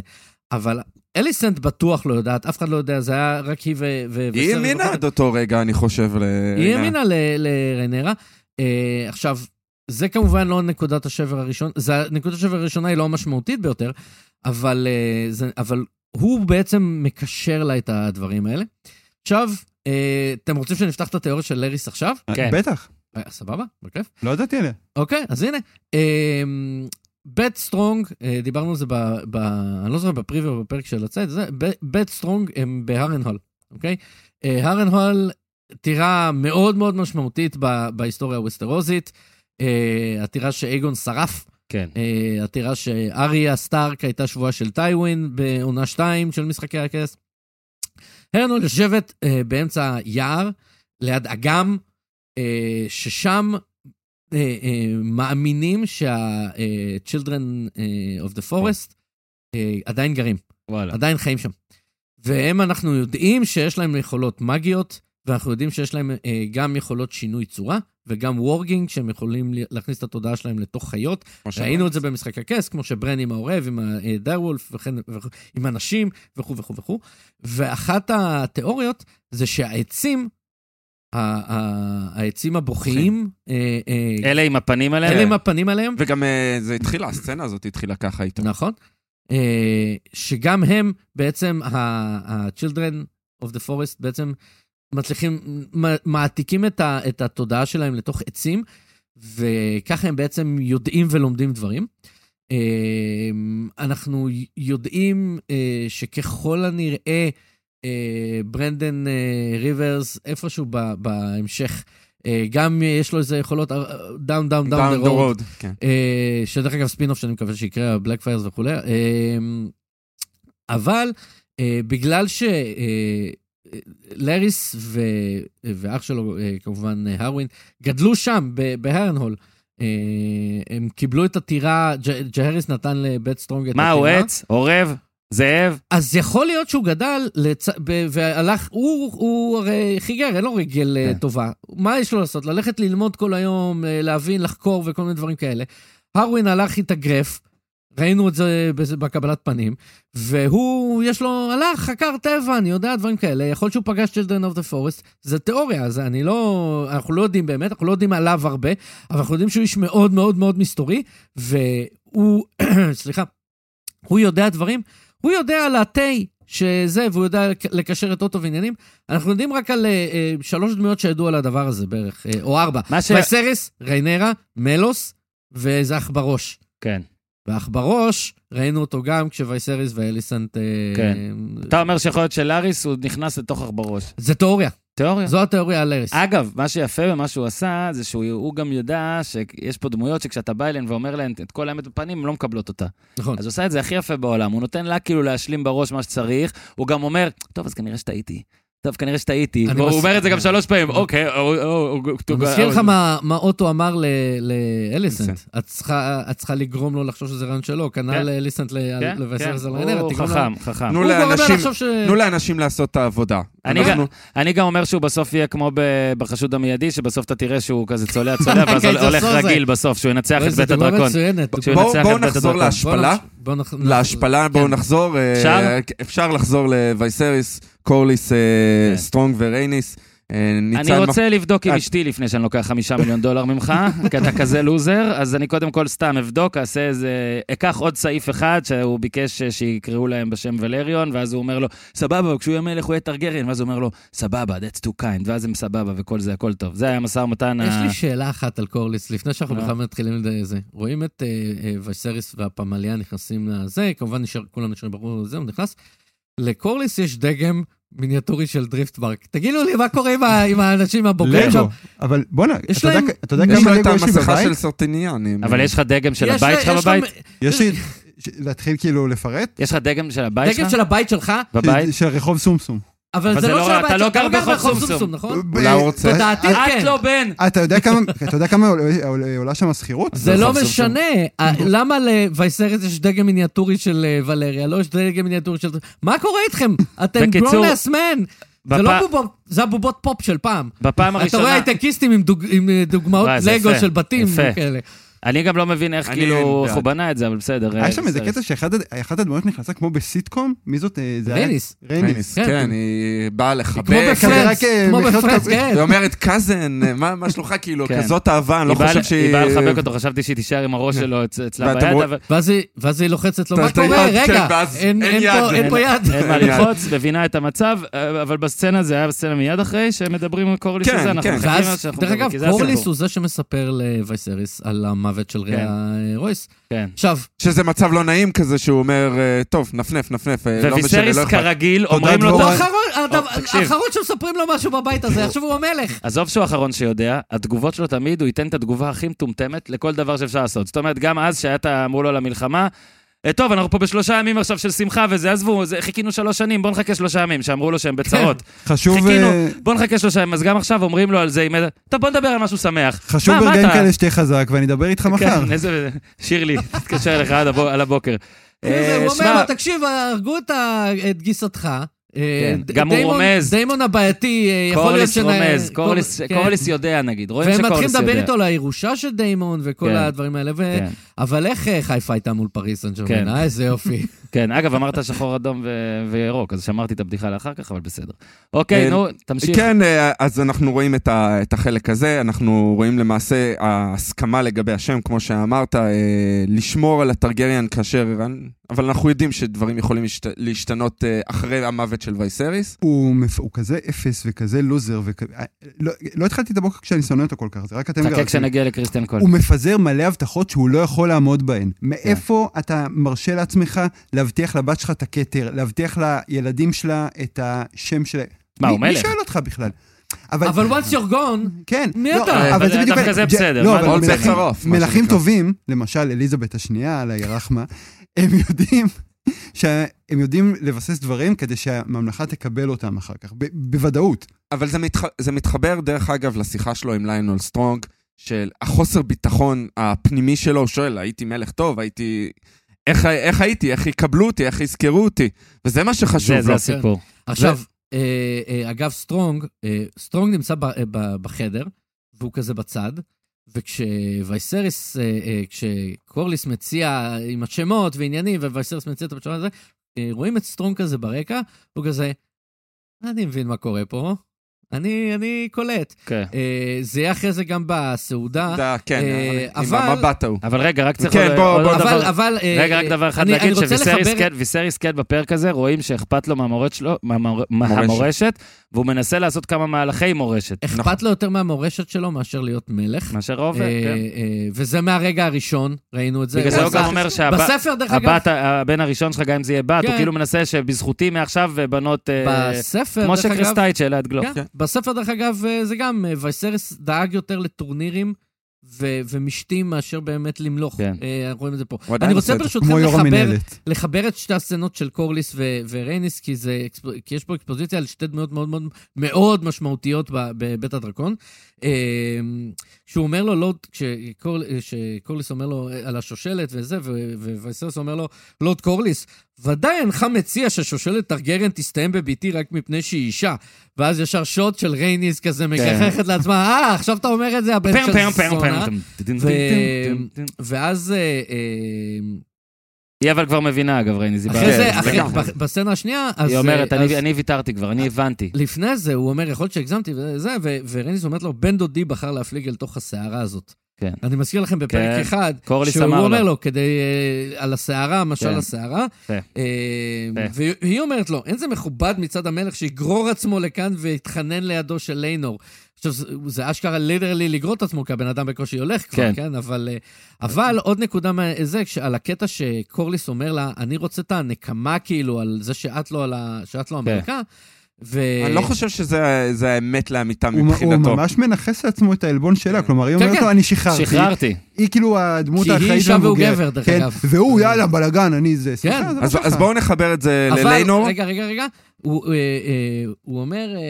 D: אבל אליסנט בטוח לא יודעת, אף אחד לא יודע, זה היה רק היא
B: היא האמינה עד אותו רגע, אני חושב,
D: היא האמינה לריינרה. עכשיו, זה כמובן לא נקודת השבר הראשון, נקודת השבר הראשונה היא לא המשמעותית ביותר, אבל הוא בעצם מקשר לה את הדברים האלה. עכשיו, אתם רוצים שנפתח את התיאוריה של לריס עכשיו?
C: כן.
E: בטח.
D: סבבה, בכיף.
E: לא ידעתי עליה.
D: אוקיי, אז הנה. בט סטרונג, דיברנו על זה אני לא זוכר בפריוויו או בפרק של הצד, בט סטרונג הם בהרנהול, אוקיי? הרנהול טירה מאוד מאוד משמעותית בהיסטוריה הווסטרוזית, הטירה שאייגון שרף,
C: כן.
D: הטירה שאריה סטארק הייתה שבועה של טייווין בעונה 2 של משחקי הכס. הרנהול יושבת באמצע יער, ליד אגם, ששם מאמינים שה-Children of the Forest עדיין גרים, עדיין חיים שם. והם אנחנו יודעים שיש להם יכולות מגיות, ואנחנו יודעים שיש להם גם יכולות שינוי צורה, וגם וורגינג, שהם יכולים להכניס את התודעה שלהם לתוך חיות. ראינו את זה במשחק הכס, כמו שברן עם העורב, עם הדיירוולף, עם אנשים, וכו' וכו' וכו'. ואחת התיאוריות זה שהעצים, העצים הבוכיים,
C: אלה עם הפנים עליהם.
D: אלה עם הפנים עליהם.
B: וגם זה התחילה, הסצנה הזאת התחילה ככה איתו.
D: נכון. שגם הם בעצם, ה-Children of the Forest בעצם מצליחים, מעתיקים את התודעה שלהם לתוך עצים, וככה הם בעצם יודעים ולומדים דברים. אנחנו יודעים שככל הנראה, ברנדן ריברס, איפשהו בהמשך, גם יש לו איזה יכולות, down the road, שדרך אגב ספינוף שאני מקווה שיקרה, בלק פיירס וכו'. אבל בגלל שלריס ואח שלו, כמובן הרווין, גדלו שם בהרנהול, הם קיבלו את הטירה, ג'הריס נתן לבית סטרונג את הטירה.
C: מה, הוא עץ? עורב? זאב?
D: אז יכול להיות שהוא גדל, והלך, הוא הרי חיגר, אין לו רגל טובה. מה יש לו לעשות? ללכת ללמוד כל היום, להבין, לחקור וכל מיני דברים כאלה. הרווין הלך התאגרף, ראינו את זה בקבלת פנים, והוא, יש לו, הלך, חקר טבע, אני יודע, דברים כאלה, יכול להיות שהוא פגש Children of the Forest, זה תיאוריה, אז אנחנו לא יודעים באמת, אנחנו לא יודעים עליו הרבה, אבל אנחנו יודעים שהוא איש מאוד מאוד מאוד מסתורי, והוא, סליחה, הוא יודע דברים, הוא יודע על התי שזה, והוא יודע לקשר את אוטו ועניינים. אנחנו יודעים רק על 3 דמויות שידעו על הדבר הזה בערך, או 4. וייסריס, ריינרה, מלוס, וזה אח בראש.
C: כן.
D: ואח בראש, ראינו אותו גם כשווייסריס ואליסנט...
C: כן. אתה אומר שיכול להיות שלאריס הוא נכנס לתוך אח בראש.
D: זה תיאוריה.
C: תיאוריה?
D: זו התיאוריה על לאריס.
C: אגב, מה שיפה ומה שהוא עשה, זה שהוא גם יודע שיש פה דמויות שכשאתה בא אליהן ואומר להן את כל האמת בפנים, הן לא מקבלות אותה.
D: נכון.
C: אז הוא עושה את זה הכי יפה בעולם, הוא נותן לה כאילו להשלים בראש מה שצריך, הוא גם אומר, טוב, אז כנראה שטעיתי. הוא אומר את זה גם 3 פעמים, אוקיי.
D: אני מזכיר לך מה אוטו אמר לאליסנט. את צריכה לגרום לו לחשוב שזה רעיון שלו, כנ"ל לאליסנט לבסרס על ריינרה.
C: הוא חכם.
B: תנו לאנשים לעשות את העבודה.
C: אני גם אומר שהוא בסוף יהיה כמו בחשוד המיידי, שבסוף אתה תראה שהוא כזה צולע, ואז הולך רגיל בסוף, שהוא ינצח את בית הדרקון.
B: בואו נחזור להשפלה. בואו נחזור. אפשר לחזור לווייסריס, קורליס, סטרונג ורייניס.
C: אני רוצה לבדוק עם אשתי לפני שאני לוקח $5 מיליון ממך, כי אתה כזה לוזר, אז אני קודם כל סתם אבדוק, אקח עוד סעיף אחד, שהוא ביקש שיקראו להם בשם ולריון, ואז הוא אומר לו, סבבה, כשהוא יהיה מלך הוא יהיה טרגריאן, ואז הוא אומר לו, סבבה, that's too kind, ואז הם סבבה וכל זה, הכל טוב. זה היה משא ומתן.
D: יש לי שאלה אחת על קורליס, לפני שאנחנו בכלל מתחילים לזה. רואים את וייסריס והפמליה נכנסים לזה, כמובן כולם נשארים ברור לזה, הוא נכנס. לקורליס יש דגם מיניאטורי של דריפט פארק. תגידו לי, מה קורה עם האנשים הבוגרים שם?
E: אבל בוא'נה, אתה יודע
B: יש
E: כמה
B: לו את
E: לגו יש לי
B: המסכה
E: בבית?
B: של סרטניאן.
C: אבל יש לך דגם של הבית שלך בבית?
E: יש לי, להתחיל כאילו לפרט?
C: יש לך דגם של הבית שלך?
D: דגם של הבית שלך?
C: בבית?
E: של רחוב סומסום.
D: אבל זה לא של הבית,
C: אתה לא גר ברחוב סומסום,
D: נכון?
B: אולי הוא רוצה...
D: תודעתית, כן.
C: את לא בן.
E: אתה יודע כמה עולה שם השכירות?
D: זה לא משנה. למה לווייסריס יש דגם מיניאטורי של ולריה? לא יש דגם מיניאטורי של... מה קורה איתכם? אתם grown-ass man. זה לא בובות, זה הבובות פופ של פעם.
C: בפעם הראשונה...
D: אתה רואה הייטקיסטים עם דוגמאות לגו של בתים וכאלה.
C: אני גם לא מבין איך כאילו הוא בנה את זה, אבל בסדר.
E: היה שם איזה קטע שאחת הדמויות נכנסה כמו בסיטקום, מי זאת?
D: רייניס.
E: רייניס.
B: כן, היא באה לחבק.
D: כמו בפרנדס, כן.
B: היא אומרת, קאזן, מה שלוחה כאילו, כזאת אהבה, אני לא חושב שהיא...
C: היא באה לחבק אותו, חשבתי שהיא תישאר עם הראש שלו אצלה ביד.
D: ואז היא לוחצת לו, מה קורה? רגע, אין פה יד.
C: אין מה ללחוץ, מבינה את המצב, אבל בסצנה זה היה סצנה מיד אחרי שהם מדברים עם קורליס הזה, אנחנו מחכים.
D: דרך אגב, קורליס הוא זה שמספר לווייסריס על המוות של רויס. עכשיו...
B: שזה מצב לא נעים כזה שהוא אומר, טוב, נפנף.
C: וויסריס כרגיל, אומרים לו...
D: האחרון שמספרים לו משהו בבית הזה, עכשיו הוא המלך.
C: עזוב שהוא האחרון שיודע, התגובות שלו תמיד, הוא ייתן את התגובה הכי מטומטמת לכל דבר שאפשר לעשות. זאת אומרת, גם אז שהיית אמרו לו למלחמה, טוב, אנחנו פה ב3 ימים עכשיו של שמחה, וזה עזבו, חיכינו 3 שנים, בוא נחכה 3 ימים, שאמרו לו שהם בצרות.
E: חשוב...
C: חיכינו, בוא נחכה 3 ימים, אז גם עכשיו אומרים לו על זה, טוב, בוא נדבר על משהו שמח.
E: חשוב ברגעים כאלה שתהיה חזק, ואני אדבר איתך מחר.
C: כן, איזה... שירלי, תתקשר אליך על הבוקר.
D: הוא אומר לו, תקשיב, הרגו את גיסתך.
C: גם הוא רומז.
D: דיימון הבעייתי, יכול להיות
C: רומז, קורליס יודע נגיד, רואים שקורליס יודע.
D: והם מתחילים לדבר איתו על הירושה של דיימון וכל הדברים האלה, אבל איך חיפה הייתה מול פריס סן ז'רמן, איזה יופי.
C: כן, אגב, אמרת שחור אדום וירוק, אז שמרתי את הבדיחה לאחר כך, אבל בסדר. אוקיי, נו, תמשיך.
B: כן, אז אנחנו רואים את החלק הזה, אנחנו רואים למעשה ההסכמה לגבי השם, כמו שאמרת, לשמור על הטרגריאן כאשר... אבל אנחנו יודעים שדברים יכולים להשתנות אחרי המוות של וייסריס.
E: הוא כזה אפס וכזה לוזר, לא התחלתי את הבוקר כשאני שונא אותו כל כך, זה רק אתם גרצים.
C: חכה כשנגיע לקריסטיאן קול.
E: הוא מפזר מלא הבטחות שהוא לא יכול לעמוד בהן. מאיפה אתה מרשה לעצמך להבטיח לבת שלך את הכתר, להבטיח לילדים שלה את השם שלה?
C: מה, הוא מלך?
E: מי שואל אותך בכלל?
D: אבל once you're gone,
E: כן,
D: מי אתה?
E: אבל זה בדיוק...
C: דווקא זה בסדר.
E: לא, אבל מלכים טובים, למשל אליזבת השנייה, על הירחמה, הם יודעים לבסס דברים כדי שהממלכה תקבל אותם אחר כך, בוודאות.
B: אבל זה מתחבר דרך אגב לשיחה שלו עם ליונל סטרונג, של החוסר ביטחון הפנימי שלו, הוא שואל, הייתי מלך טוב, הייתי... איך הייתי, איך יקבלו אותי, איך יזכרו אותי, וזה מה שחשוב לו.
C: זה הסיפור.
D: עכשיו, אגב, סטרונג נמצא בחדר, והוא כזה בצד, וכשווייסריס, כשקורליס מציע עם השמות ועניינים, ווייסריס מציע את השמות הזה, רואים את סטרונג כזה ברקע, הוא כזה, אני מבין מה קורה פה, אני קולט. זה יהיה אחרי זה גם בסעודה.
B: כן, עם המבט ההוא.
C: אבל רגע, רק צריך רק דבר אחד להגיד, שוויסריס קט בפרק הזה, רואים שאכפת לו מהמורשת, והוא מנסה לעשות כמה מהלכי מורשת.
D: אכפת לו יותר מהמורשת שלו מאשר להיות מלך.
C: מאשר עובד, כן.
D: וזה מהרגע הראשון, ראינו את זה.
C: בגלל זה הוא גם אומר
D: בספר, דרך אגב.
C: הבן הראשון שלך, גם אם זה יהיה בת, הוא כאילו מנסה שבזכותי מעכשיו בנות...
D: בספר,
C: כמו שקריסטייט שאלה את גלוב.
D: בספר, דרך אגב, זה גם, וייסריס דאג יותר לטורנירים, ומשתים מאשר באמת למלוך. רואים את זה פה. אני רוצה ברשותכם לחבר את שתי הסצנות של קורליס ורייניס, כי יש פה אקספוזיציה על שתי דמויות מאוד מאוד מאוד משמעותיות בבית הדרקון. שהוא אומר לו, שקורליס אומר לו על השושלת וזה, ווייסריס אומר לו, לורד קורליס, ודאי אינך מציע ששושלת טרגריאן תסתיים בביתי רק מפני שהיא אישה. ואז ישר שוט של רייניס כזה מגחכת לעצמה, עכשיו אתה אומר את זה, הבן של סונה. ואז...
C: היא אבל כבר מבינה, אגב, רייניס.
D: אחרי זה, בסצנה השנייה...
C: היא אומרת, אני ויתרתי כבר, אני הבנתי.
D: לפני זה, הוא אומר, יכול להיות שהגזמתי וזה, ורייניס אומרת לו, בן דודי בחר להפליג אל תוך הסערה הזאת.
C: כן.
D: אני מזכיר לכם בפרק אחד,
C: שהוא
D: אומר לו, כדי, על הסערה, משל הסערה, והיא אומרת לו, אין זה מכובד מצד המלך שיגרור עצמו לכאן ויתחנן לידו של ליינור. עכשיו, זה אשכרה ליטרלי לגרור את עצמו, כי הבן אדם בקושי הולך כבר, כן? אבל עוד נקודה זה, על הקטע שקורליס אומר לה, אני רוצה את הנקמה כאילו, על זה שאת לא המלכה,
B: אני לא חושב שזה האמת לאמיתה מבחינתו.
E: הוא ממש מנחס לעצמו את העלבון שלה, כלומר, היא אומרת לו, אני שחררתי. היא כאילו הדמות האחראית
D: שהיא אישה והוא גבר, דרך אגב.
E: והוא, יאללה, בלגן, אני זה.
B: אז בואו נחבר את זה לליינור.
D: רגע. הוא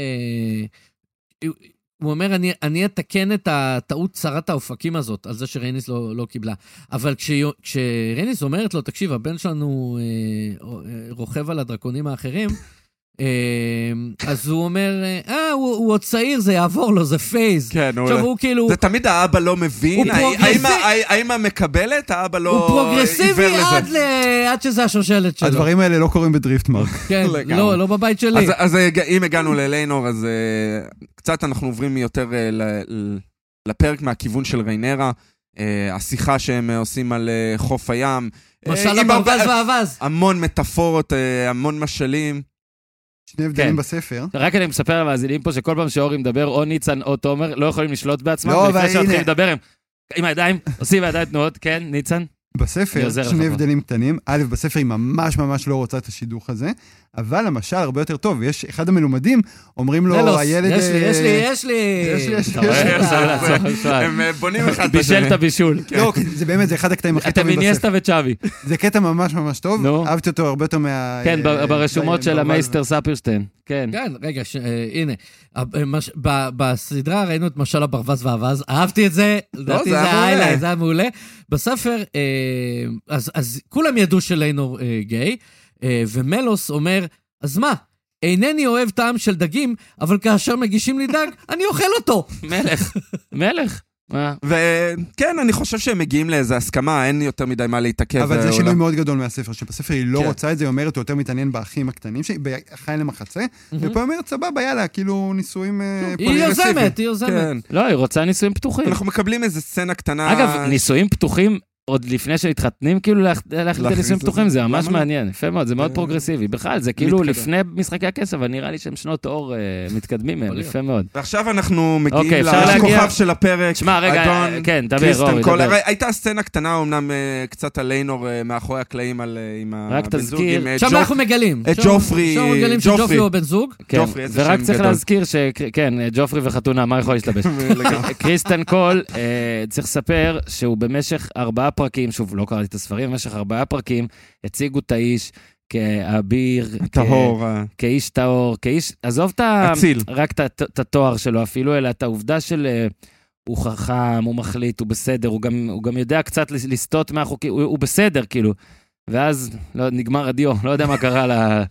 D: אומר, אני אתקן את הטעות צרת האופקים הזאת, על זה שרייניס לא קיבלה. אבל כשרייניס אומרת לו, תקשיב, הבן שלנו רוכב על הדרקונים האחרים, אז הוא אומר, הוא עוד צעיר, זה יעבור לו, זה פייז.
B: כן,
D: עכשיו הוא כאילו...
B: זה תמיד האבא לא מבין. האמא מקבלת, האבא לא...
D: הוא פרוגרסיבי עד שזה השושלת שלו.
E: הדברים האלה לא קורים בדריפטמרק.
D: כן, לא בבית שלי.
B: אז אם הגענו לליינור, אז קצת אנחנו עוברים יותר לפרק מהכיוון של ריינרה, השיחה שהם עושים על חוף הים.
D: משל הברווז והאווז.
B: המון מטאפורות, המון משלים.
E: שני הבדלים בספר.
C: רק אני מספר למאזינים פה שכל פעם שאורי מדבר, או ניצן או תומר, לא יכולים לשלוט בעצמם, ולפני שהתחילים לדבר הם עם הידיים, עושים הידיים תנועות, כן, ניצן?
E: בספר, שני הבדלים קטנים. א', בספר היא ממש ממש לא רוצה את השידוך הזה, אבל המשל הרבה יותר טוב. יש אחד המלומדים, אומרים לו, הילד...
D: יש לי.
B: הם בונים אחד בשני.
C: בישל את הבישול.
E: לא, זה באמת, זה אחד הקטעים הכי טובים בספר.
C: אתה מיניאסטה וצ'אבי.
E: זה קטע ממש ממש טוב, אהבתי אותו הרבה יותר מה...
C: כן, ברשומות של המייסטר ספירשטיין. כן,
D: רגע, הנה, בסדרה ראינו את משל הברווז והאווז, אהבתי את זה, לדעתי זה היה מעולה. בספר, אז כולם ידעו שליינור גיי, ומלוס אומר, אז מה? אינני אוהב טעם של דגים, אבל כאשר מגישים לי דג, אני אוכל אותו.
C: מלך.
B: וכן, אני חושב שהם מגיעים לאיזו הסכמה, אין יותר מדי מה להתעכב.
E: אבל זה שינוי מאוד גדול מהספר, שבספר היא לא רוצה את זה, היא אומרת, הוא יותר מתעניין באחים הקטנים, בחיים למחצה, ופה היא אומרת, סבבה, יאללה, כאילו ניסויים
D: היא יוזמת.
C: לא, היא רוצה ניסויים פתוחים.
B: אנחנו מקבלים איזו סצנה קטנה.
C: אגב, ניסויים פתוחים, עוד לפני שמתחתנים, כאילו להחליט לניסויים פתוחים, זה ממש מעניין, יפה מאוד, זה מאוד פרוגרסיבי. בכלל, זה כאילו לפני משחקי הכסף, אבל נראה לי שהם שנות אור מתקדמים מהם, יפה מאוד.
B: ועכשיו אנחנו מגיעים לכוכב של הפרק.
C: שמע, רגע, כן, דבר, אורי, דבר.
B: הייתה סצנה קטנה, אומנם קצת על ליינור מאחורי הקלעים עם הבן זוג.
D: שם אנחנו מגלים.
B: את ג'ופרי.
D: שם מגלים שג'ופרי הוא בן זוג.
C: ורק צריך להזכיר שכן, ג'ופרי וחתונה, מה יכול להשתבש? קריסטן קול, צריך לספר שהוא במשך 4 פרקים, שוב, לא קראתי את הספרים, במשך 4 פרקים, הציגו את האיש כאביר,
B: טהור,
C: כאיש טהור, כאיש, עזוב רק את התואר שלו אפילו, אלא את העובדה של הוא חכם, הוא מחליט, הוא בסדר, הוא גם יודע קצת לסטות מהחוקים, הוא בסדר, כאילו. ואז נגמר הדיו, לא יודע מה קרה לה...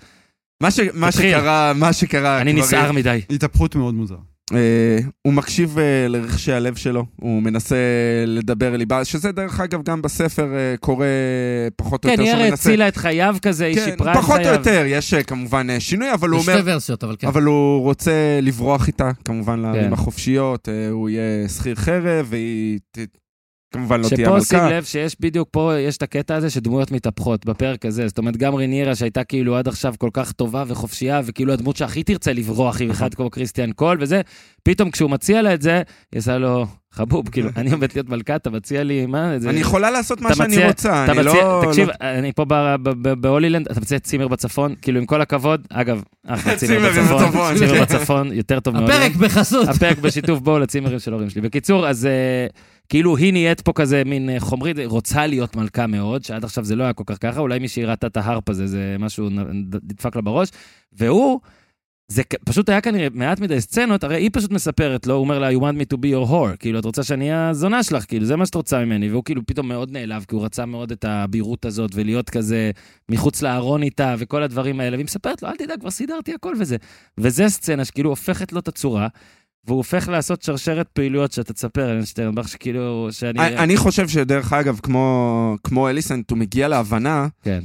B: מה שקרה...
C: אני נסער מדי.
E: התהפכות מאוד מוזר.
B: הוא מקשיב לרחשי הלב שלו, הוא מנסה לדבר ליבה, שזה דרך אגב גם בספר קורה פחות או יותר.
C: כן, היא הצילה את חייו כזה, היא שיפרה את חייו.
B: פחות או יותר, יש כמובן שינוי, אבל הוא אומר...
D: יש 2 ורסיות, אבל כן.
B: אבל הוא רוצה לברוח איתה, כמובן לערים החופשיות, הוא יהיה שכיר חרב, והיא כמובן לא תהיה מלכה.
C: שפה שים לב שיש בדיוק פה, יש את הקטע הזה שדמויות מתהפכות בפרק הזה, זאת אומרת גם ריניירה שהייתה כאילו עד עכשיו כל כך טובה וחופשייה, וכאילו הדמות שהכי תרצה לברוח עם אחד כמו קריסטיאן קול, וזה, פתאום כשהוא מציע לה את זה, יעשה לו חבוב, כאילו, אני עומד להיות מלכה, אתה מציע לי, מה?
B: אני יכולה לעשות מה שאני רוצה, אני לא...
C: תקשיב, אני פה בהולילנד, אתה מציע צימר בצפון, כאילו עם כל הכבוד, אגב, צימר בצפון, יותר טוב מאוד.
D: הפרק בחסות.
C: הפרק בשיתוף בו לצימרים של הורים שלי. בקיצור, אז כאילו היא נהיית פה כזה מין חומרית, רוצה להיות מלכה מאוד, שעד עכשיו זה לא היה כל כך ככה, אולי מי שהראתה את ההרפ הזה, זה משהו נדפק לה בראש, והוא, זה פשוט היה כנראה מעט מדי סצנות, הרי היא פשוט מספרת לו, הוא אומר לה, you want me to be your whore, כאילו, את רוצה שאני הזונה שלך, כאילו, זה מה שאת רוצה ממני, והוא כאילו פתאום מאוד נעלב, כי הוא רצה מאוד את הבירות הזאת, ולהיות כזה מחוץ לארון איתה, וכל הדברים האלה, והיא מספרת לו, אל תדאג, כבר סידרתי הכל וזה סצנה שכאילו הופכת לו את הצורה, והוא הופך לעשות שרשרת פעילויות שאתה תספר, אלנשטיין, שכאילו,
B: אני חושב שדרך אגב, כמו אליסנט, הוא מגיע להבנה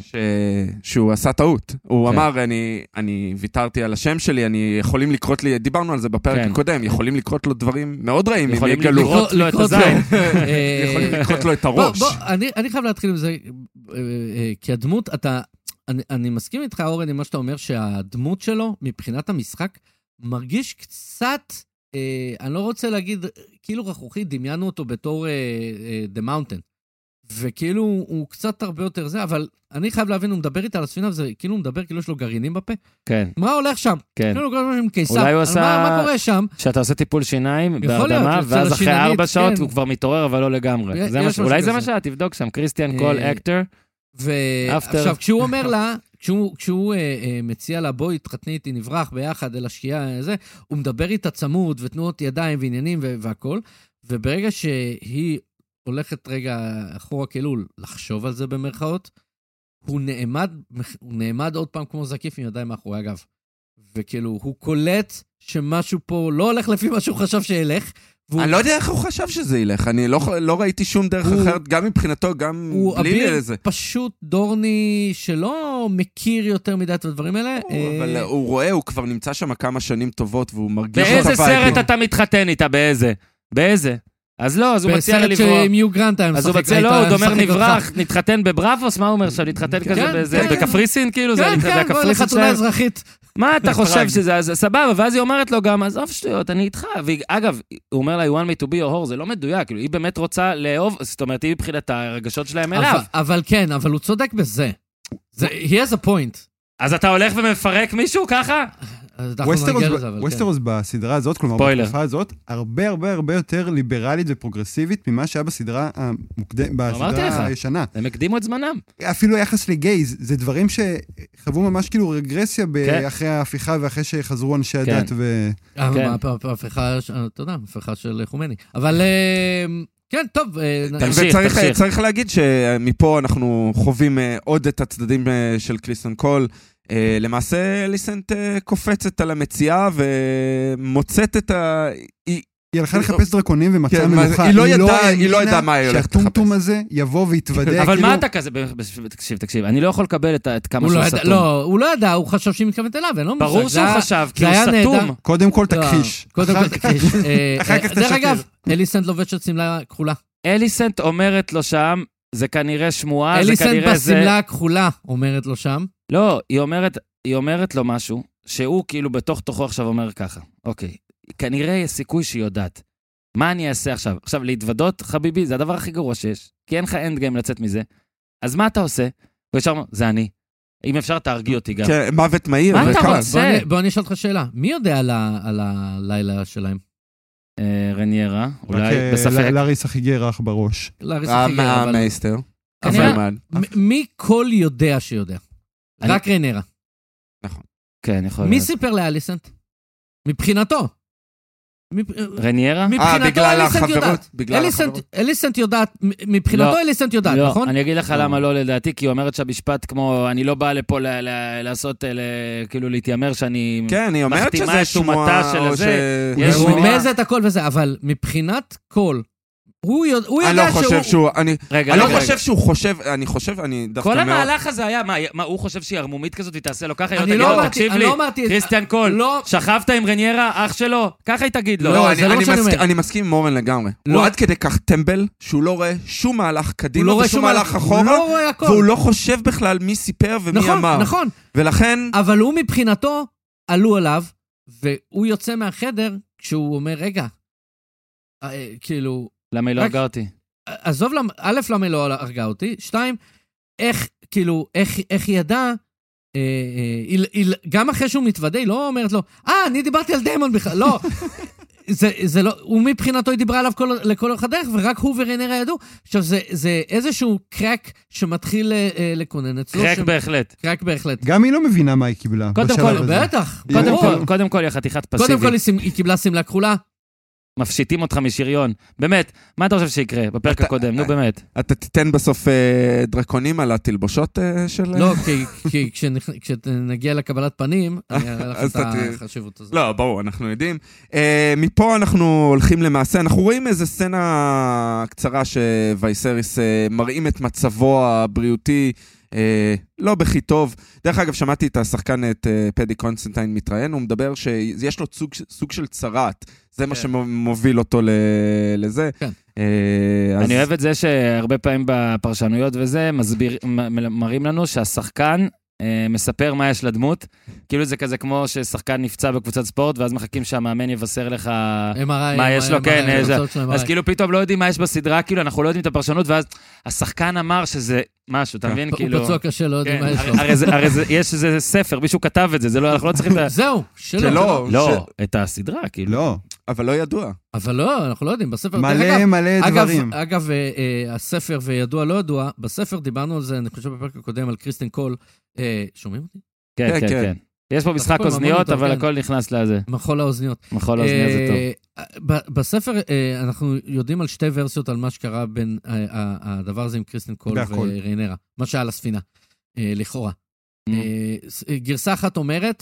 B: שהוא עשה טעות. הוא אמר, אני ויתרתי על השם שלי, יכולים לקרות לי, דיברנו על זה בפרק הקודם, יכולים לקרות לו דברים מאוד רעים,
C: יכולים לקרות לו את הזין.
B: יכולים לקרות לו את הראש.
D: בוא, אני חייב להתחיל עם זה, כי הדמות, אני מסכים איתך, אורן, עם מה שאתה אומר, שהדמות שלו, מבחינת המשחק, מרגיש קצת, אני לא רוצה להגיד, כאילו רכרוכי, דמיינו אותו בתור The Mountain, וכאילו הוא קצת הרבה יותר זה, אבל אני חייב להבין, הוא מדבר איתה על הספינה, וזה כאילו הוא מדבר כאילו יש לו גרעינים בפה.
C: כן.
D: מה הולך שם?
C: כן.
D: כאילו הוא עם קיסר.
C: אולי הוא עשה...
D: מה קורה שם?
C: שאתה עושה טיפול שיניים בהרדמה, ואז אחרי 4 שעות הוא כבר מתעורר, אבל לא לגמרי. אולי זה מה שאת, תבדוק שם, קריסטיאן קול, אקטר.
D: ועכשיו, כשהוא אומר לה, כשהוא מציע לה, בואי, תחתני איתי, נברח ביחד אל השקיעה, הוא מדבר איתה צמוד, ותנועות ידיים ועניינים והכל, וברגע שהיא הולכת רגע אחורה כאילו לחשוב על זה במרכאות, הוא נעמד עוד פעם כמו זקיף עם ידיים מאחורי הגב. וכאילו, הוא קולט שמשהו פה לא הולך לפי מה שהוא חשב שילך,
B: אני לא יודע איך הוא חשב שזה ילך, אני לא ראיתי שום דרך אחרת, גם מבחינתו, גם בלי לזה.
D: הוא פשוט דורני שלא מכיר יותר מדי את הדברים האלה.
B: אבל הוא רואה, הוא כבר נמצא שם כמה שנים טובות, והוא מרגיש
C: באיזה סרט אתה מתחתן איתה? באיזה? אז לא, אז הוא מציע לברוח.
D: בסרט שעם יו גרנט היה
C: אז הוא מציע, לא, הוא אומר נברח, נתחתן בבראבוס, מה הוא אומר עכשיו? נתחתן כזה בקפריסין, כאילו?
D: כן, בוא לחתונה אזרחית.
C: מה אתה חושב שזה? אז סבבה, ואז היא אומרת לו גם, עזוב שטויות, אני איתך. אגב, הוא אומר לה, you want me to be your whore, זה לא מדויק, היא באמת רוצה לאהוב, זאת אומרת, היא מבחינת הרגשות שלהם אליו.
D: אבל כן, אבל הוא צודק בזה. He has a point.
C: אז אתה הולך ומפרק מישהו ככה?
E: ווסטרוס בסדרה הזאת, כלומר בתקופה הזאת, הרבה הרבה הרבה יותר ליברלית ופרוגרסיבית ממה שהיה בסדרה הישנה.
C: הם הקדימו את זמנם.
E: אפילו יחס לגייז, זה דברים שחוו ממש כאילו רגרסיה אחרי ההפיכה ואחרי שחזרו אנשי הדת ו...
D: ההפיכה, אתה יודע, ההפיכה של חומני. אבל... כן, טוב.
B: וצריך להגיד שמפה אנחנו חווים עוד את הצדדים של קריסטן קול. למעשה אליסנט קופצת על המציאה ומוצאת את ה...
E: היא הלכה לחפש דרקונים ומצאה מלוכה.
B: היא לא ידעה מה היא הולכת לחפש.
E: שהטומטום הזה יבוא ויתוודא.
C: אבל מה אתה כזה? תקשיב, אני לא יכול לקבל את כמה שהוא סתום.
D: לא, הוא לא ידע, הוא חשב שהיא מתכוונת אליו,
C: ברור שהוא חשב, כי הוא סתום.
E: קודם כל תכחיש.
D: דרך אגב, אליסנט לובשת שמלה כחולה.
C: אליסנט אומרת לו שם, זה כנראה שמועה, זה
D: אליסנט
C: כנראה זה...
D: בשמלה הכחולה אומרת לו שם.
C: לא, היא אומרת לו משהו, שהוא כאילו בתוך תוכו עכשיו אומר ככה, אוקיי, כנראה יש סיכוי שהיא יודעת. מה אני אעשה עכשיו? עכשיו, להתוודות, חביבי, זה הדבר הכי גרוע שיש, כי אין לך אנד גיים לצאת מזה. אז מה אתה עושה? הוא ישר אומר, זה אני. אם אפשר, תהרגי אותי גם.
B: כן, מוות מהיר.
C: מה אתה רוצה?
D: בוא אני אשאל אותך שאלה, מי יודע על הלילה שלהם?
C: רניירה, אולי בספק.
E: לאריס הכי גרח בראש.
B: המייסטר.
D: מי כל יודע שיודע? רק רניירה.
B: נכון.
C: כן, יכול להיות.
D: מי סיפר לאליסנט? מבחינתו.
C: רניירה?
D: מבחינתו אליסנט יודעת. אליסנט יודעת, מבחינתו אליסנט יודעת, נכון?
C: אני אגיד לך למה לא לדעתי, כי היא אומרת שהמשפט כמו, אני לא באה לפה לעשות, כאילו להתיימר שאני מחתימה את תומתה של זה.
D: הוא רומז את הכל וזה, אבל מבחינת כל, הוא יודע שהוא...
B: אני לא חושב שהוא חושב, אני דווקא
C: כל המהלך הזה היה, מה, הוא חושב שהיא ערמומית כזאת, היא תעשה לו ככה, היא לא תגיד לו, תקשיב לי, קריסטיאן קול, שכבת עם רניירה, אח שלו, ככה היא תגיד לו.
B: לא, אני מסכים עם מורן לגמרי. הוא עד כדי כך טמבל, שהוא לא רואה שום מהלך קדימה ושום מהלך אחורה, והוא לא חושב בכלל מי סיפר ומי אמר.
D: נכון,
B: ולכן...
D: אבל הוא מבחינתו, עלו עליו, והוא יוצא מהחדר, כשהוא אומר, רגע, כאילו...
C: למה היא לא הרגה אותי?
D: עזוב, א', למה היא לא הרגה אותי? 2, איך היא ידעה, גם אחרי שהוא מתוודא, היא לא אומרת לו, אני דיברתי על דיימון בכלל, לא. זה לא, הוא מבחינתו היא דיברה עליו לכל אורך הדרך, ורק הוא ורנרה ידעו. עכשיו, זה איזשהו קרק שמתחיל לקונן אצלו. קרק בהחלט.
E: גם היא לא מבינה מה היא קיבלה.
D: קודם כל, בטח.
C: קודם כל, היא חתיכת פסיבית.
D: קודם כל, היא קיבלה שמלה כחולה.
C: מפשיטים אותך משריון. באמת, מה אתה חושב שיקרה בפרק הקודם? נו, באמת.
B: אתה תיתן בסוף דרקונים על התלבושות של...
D: לא, כי כשנגיע לקבלת פנים, אני אראה לך את החשיבות הזאת.
B: לא, ברור, אנחנו יודעים. מפה אנחנו הולכים למעשה, אנחנו רואים איזו סצנה קצרה שווייסריס מראים את מצבו הבריאותי, לא בכי טוב. דרך אגב, שמעתי את השחקן, את פדי קונסטנטיין מתראיין, הוא מדבר שיש לו סוג של צרת, זה מה שמוביל אותו לזה.
C: אני אוהב את זה שהרבה פעמים בפרשנויות וזה, מראים לנו שהשחקן מספר מה יש לדמות, כאילו זה כזה כמו ששחקן נפצע בקבוצת ספורט, ואז מחכים שהמאמן יבשר לך מה יש לו, כן, אז כאילו פתאום לא יודעים מה יש בסדרה, כאילו אנחנו לא יודעים את הפרשנות, ואז השחקן אמר שזה משהו, אתה מבין?
D: הוא פצוע קשה, לא יודעים מה יש לו.
C: הרי יש איזה ספר, מישהו כתב את זה, אנחנו לא צריכים...
D: זהו, שלא.
C: לא, את הסדרה, כאילו.
E: לא.
B: אבל לא ידוע.
D: אבל לא, אנחנו לא יודעים. בספר...
E: מלא דברים.
D: אגב, הספר וידוע לא ידוע, בספר דיברנו על זה, אני חושב בפרק הקודם, על קריסטן קול. שומעים אותי?
C: כן, כן, כן. יש פה משחק אוזניות, אבל הכל נכנס לזה.
D: מחול האוזניות.
C: מחול האוזניות זה טוב.
D: בספר אנחנו יודעים על שתי ורסיות על מה שקרה בין הדבר הזה עם קריסטן קול וריינרה. מה שהיה לספינה, לכאורה. גרסה אחת אומרת,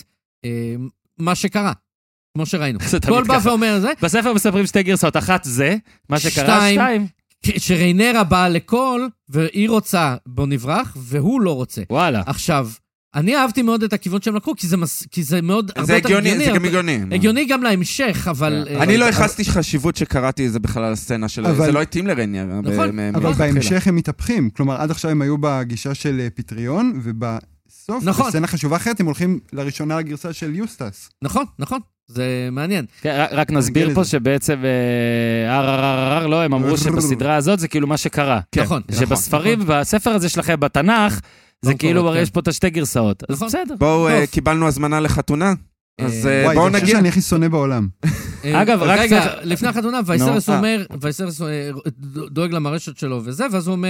D: מה שקרה, כמו שראינו.
C: זה תמיד
D: כל בא
C: ככה.
D: ואומר זה.
C: בספר מספרים שתי גרסאות, אחת זה, מה שקרה, שתיים.
D: שריינרה באה לקול, והיא רוצה, בוא נברח, והוא לא רוצה.
C: וואלה.
D: עכשיו, אני אהבתי מאוד את הכיוון שהם לקחו, כי זה מאוד...
B: זה הגיוני, זה גם הגיוני.
D: הגיוני גם להמשך, אבל...
B: אני לא הכנסתי חשיבות שקראתי זה בכלל על הסצנה של... זה לא התאים לריינר.
D: נכון.
E: אבל בהמשך הם מתהפכים. כלומר, עד עכשיו הם היו בגישה של פטריון, ובסוף, בסצנה חשובה אחרת, הם הולכים לראשונה לגרסה של יוסטס.
D: נכון, נכון. זה מעניין.
C: רק נסביר פה שבעצם לא, הם אמרו שבסדרה הזאת זה כאילו מה שקרה.
D: נכון.
C: שבספרים, בספר הזה שלכם בתנ"ך, זה כאילו הרי יש פה את השתי גרסאות. אז בסדר.
B: בואו, קיבלנו הזמנה לחתונה. אז
E: וואי,
B: בואו
E: זה חושב
B: נגיע.
E: שאני הכי שונא בעולם.
C: אגב, רק
D: רגע, לפני החתונה, וייסרס אומר, וייסרס דואג למרשת שלו וזה, ואז הוא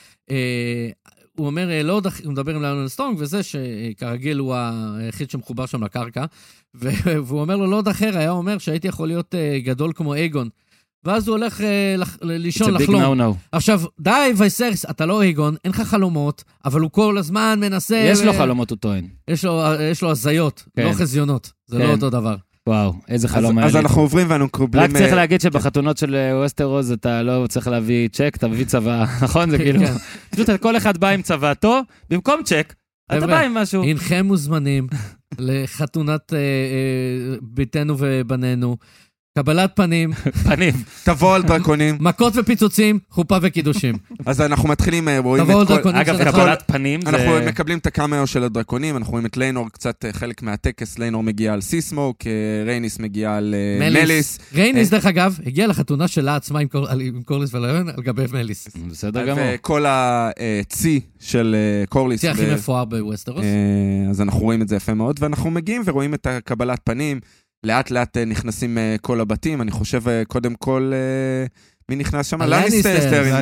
D: אומר, לא עוד, הוא מדבר עם ליונל סטרונג, וזה שכרגיל הוא היחיד שמחובר שם לקרקע, והוא אומר לו, לא עוד אחר, היה אומר שהייתי יכול להיות גדול כמו אייגון. ואז הוא הולך לישון, לחלום. עכשיו, די, וייסרס, אתה לא אייגון, אין לך חלומות, אבל הוא כל הזמן מנסה...
C: יש לו חלומות, הוא טוען.
D: יש לו הזיות, לא חזיונות. זה לא אותו דבר.
C: וואו, איזה חלום היה לי.
B: אז אנחנו עוברים ואנו קובלים...
C: רק צריך להגיד שבחתונות של ווסטרוז אתה לא צריך להביא צ'ק, אתה מביא צבא, נכון? זה כאילו... פשוט כל אחד בא עם צבאתו, במקום צ'ק, אתה בא עם משהו.
D: אינכם מוזמנים לחתונת ביתנו ובנינו, קבלת פנים.
C: פנים.
B: תבוא על דרקונים.
D: מכות ופיצוצים, חופה וקידושים.
B: אז אנחנו מתחילים, רואים
D: תבוא על
B: את כל...
D: דרקונים.
C: אגב, קבלת פנים זה...
B: אנחנו מקבלים את הקאמאו של הדרקונים, אנחנו רואים את ליינור קצת חלק מהטקס, ליינור מגיע על סיסמוק, רייניס מגיע על מליס.
D: רייניס, דרך אגב, הגיע לחתונה שלה עצמה עם קורליס ולאון על גבי מליס.
C: בסדר גמור.
B: וכל הצי של קורליס.
D: צי הכי מפואר בווסטרוס.
B: אז אנחנו רואים את זה יפה מאוד, ואנחנו מגיעים ורואים את הקבלת פנים, לאט לאט נכנסים כל הבתים, אני חושב קודם כל, מי נכנס שם?
E: לניסטר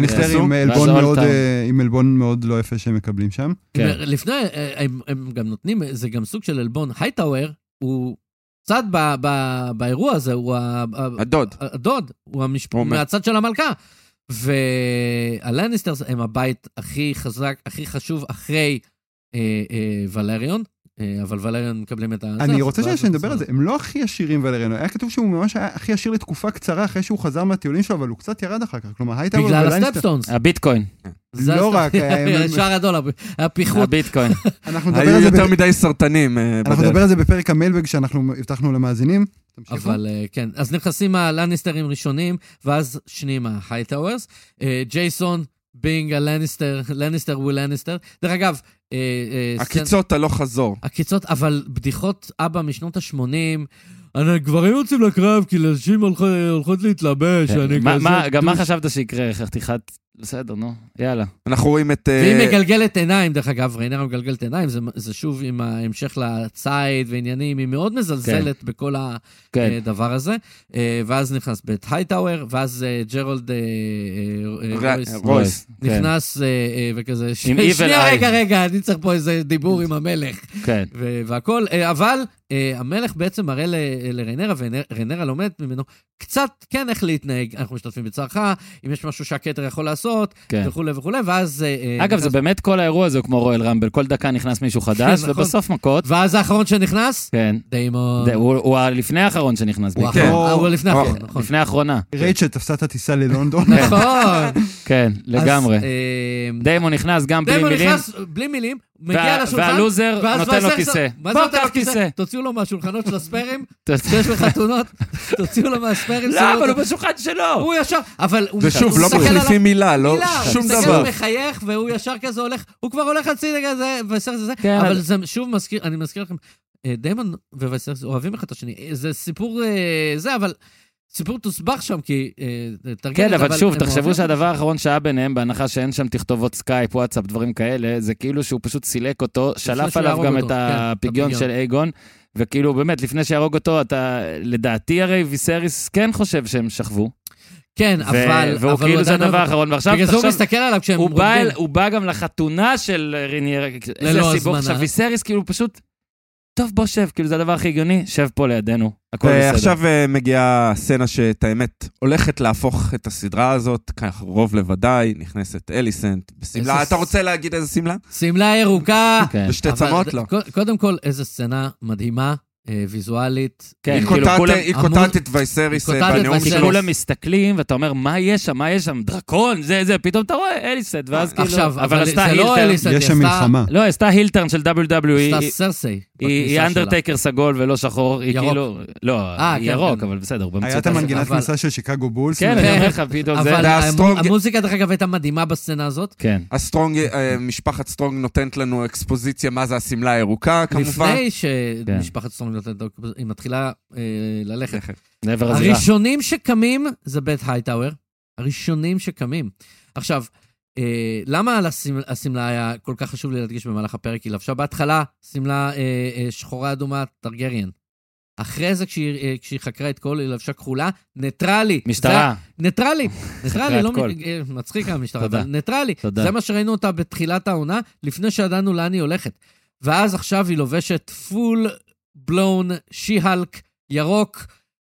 E: עם עלבון מאוד לא יפה שהם מקבלים שם.
D: לפני, הם גם נותנים, זה גם סוג של עלבון. הייטאוור הוא צד באירוע הזה, הוא הדוד, הוא מהצד של המלכה. והלניסטרס הם הבית הכי חזק, הכי חשוב אחרי ולריון. אבל ולריון מקבלים את זה.
E: אני רוצה שנדבר על זה, הם לא הכי עשירים ולריון, היה כתוב שהוא ממש היה הכי עשיר לתקופה קצרה אחרי שהוא חזר מהטיולים שלו, אבל הוא קצת ירד אחר כך, כלומר הייטאוור
D: בגלל הסטפסטונס.
C: הביטקוין.
E: לא רק,
D: שער הדולר, הפיחות.
C: הביטקוין.
B: היו יותר מדי סרטנים.
E: אנחנו נדבר על זה בפרק המלבג שאנחנו הבטחנו למאזינים.
D: אבל כן, אז נכנסים הלניסטרים ראשונים, ואז שניים ההייטאוורס, ג'ייסון, בינג הלניסטר, לניסטר ווילניסטר. דרך אגב,
B: הקיצות הלא חזור.
D: הקיצות, אבל בדיחות אבא משנות ה-80, גברים יוצאים לקרב, כי לאנשים הולכות להתלבש.
C: גם מה חשבת שיקרה? חתיכת... בסדר, נו, יאללה.
B: אנחנו רואים את...
D: והיא מגלגלת עיניים, דרך אגב, ריינרה מגלגלת עיניים, זה שוב עם ההמשך לצייד ועניינים, היא מאוד מזלזלת בכל הדבר הזה, ואז נכנס בית הייטאוור, ואז ג'רולד
B: רויס
D: נכנס וכזה, שנייה, רגע, אני צריך פה איזה דיבור עם המלך, והכל, אבל המלך בעצם מראה לריינרה, וריינרה לומד ממנו קצת כן איך להתנהג, אנחנו משתתפים בצערך, אם יש משהו שהכתר יכול לעשות, וכו' וכו', ואז...
C: אגב, זה באמת כל האירוע הזה, כמו רויאל רמבל, כל דקה נכנס מישהו חדש, ובסוף מכות.
D: ואז האחרון שנכנס?
C: כן.
D: דיימון.
C: הוא לפני האחרון שנכנס.
D: הוא לפני האחרון, נכון.
C: לפני האחרונה.
E: רייצ'ל תפסה את הטיסה ללונדון.
D: נכון.
C: כן, לגמרי. דיימון נכנס גם בלי מילים.
D: דיימון נכנס בלי מילים, מגיע לשולחן,
C: והלוזר נותן לו כיסא.
D: מה זה נותן לו כיסא? תוציאו לו מהשולחנות של הספרים, שיש בחתונות, תוציאו לו מהספרים.
C: לא, אבל הוא בשולחן שלו.
D: הוא ישר, אבל...
B: ושוב, לא מחליפים מילה, לא שום דבר.
D: הוא מחייך, והוא ישר כזה הולך, הוא כבר הולך הצידה כזה, וסרס זה, אבל זה שוב מזכיר, אני מזכיר לכם, דיימון וסרס אוהבים אחד את השני, זה סיפור זה, אבל... סיפור תוסבך שם, כי...
C: כן, אבל שוב, תחשבו שהדבר האחרון שהיה ביניהם, בהנחה שאין שם תכתובות סקייפ, וואטסאפ, דברים כאלה, זה כאילו שהוא פשוט סילק אותו, שלף עליו גם את הפיגיון של אייגון, וכאילו באמת, לפני שירוג אותו, אתה, לדעתי הרי ויסריס כן חושב שהם שכבו.
D: כן, אבל...
C: והוא כאילו זה הדבר האחרון, ועכשיו...
D: בגלל זה הוא מסתכל עליו כשהם רוקדים.
C: הוא בא גם לחתונה של ריניאר, איזה סיבוך, עכשיו ויסריס כאילו פשוט... טוב, בוא שב, כאילו זה הדבר הכי הגיוני, שב פה לידינו, הכל בסדר.
B: ועכשיו מגיעה סצנה שאת האמת הולכת להפוך את הסדרה הזאת, כך רוב לוודאי, נכנסת אליסנט בסמלה, אתה רוצה להגיד איזה סמלה?
D: סמלה ירוקה.
B: בשתי צמות? לא.
D: קודם כל, איזו סצנה מדהימה, ויזואלית.
C: כן,
B: היא קוטעת את וייסריס בנאום
C: כי
B: שלו.
C: כולם מסתכלים, ואתה אומר, מה יש שם? מה יש שם? דרקון, זה, פתאום אתה רואה אליסט, ואז כאילו...
D: עכשיו, אבל זה לא אליסט,
E: יש שם מלחמה.
C: לא, עשתה הילטרן של WWE.
D: עשתה סרסי.
C: היא אנדרטייקר סגול ולא שחור, היא כאילו... לא, היא ירוק, אבל בסדר.
E: היה את המנגינת כניסה של שיקגו בולס.
C: כן, אני אומר לך, פתאום זה...
D: אבל המוזיקה, דרך אגב, הייתה מדהימה בסצנה הזאת.
C: כן.
B: משפחת סטרונג נותנת לנו אקספוזיציה, מה זה הסמלה הירוקה, כמובן.
D: לפני שמשפחת סטרונג נותנת, היא מתחילה ללכת.
C: לעבר הזירה.
D: הראשונים שקמים זה בית הייטאוור. הראשונים שקמים. עכשיו, למה על הסמלה היה כל כך חשוב לי להדגיש במהלך הפרק? היא לבשה בהתחלה סמלה שחורה אדומה טרגריאן. אחרי זה, כשהיא חקרה את כל, היא לבשה כחולה, ניטרלי.
C: משטרה.
D: ניטרלי, לא מצחיק המשטרה, אבל ניטרלי. זה מה שראינו אותה בתחילת העונה, לפני שידענו לאן היא הולכת. ואז עכשיו היא לובשת פול בלון שי-הלק ירוק,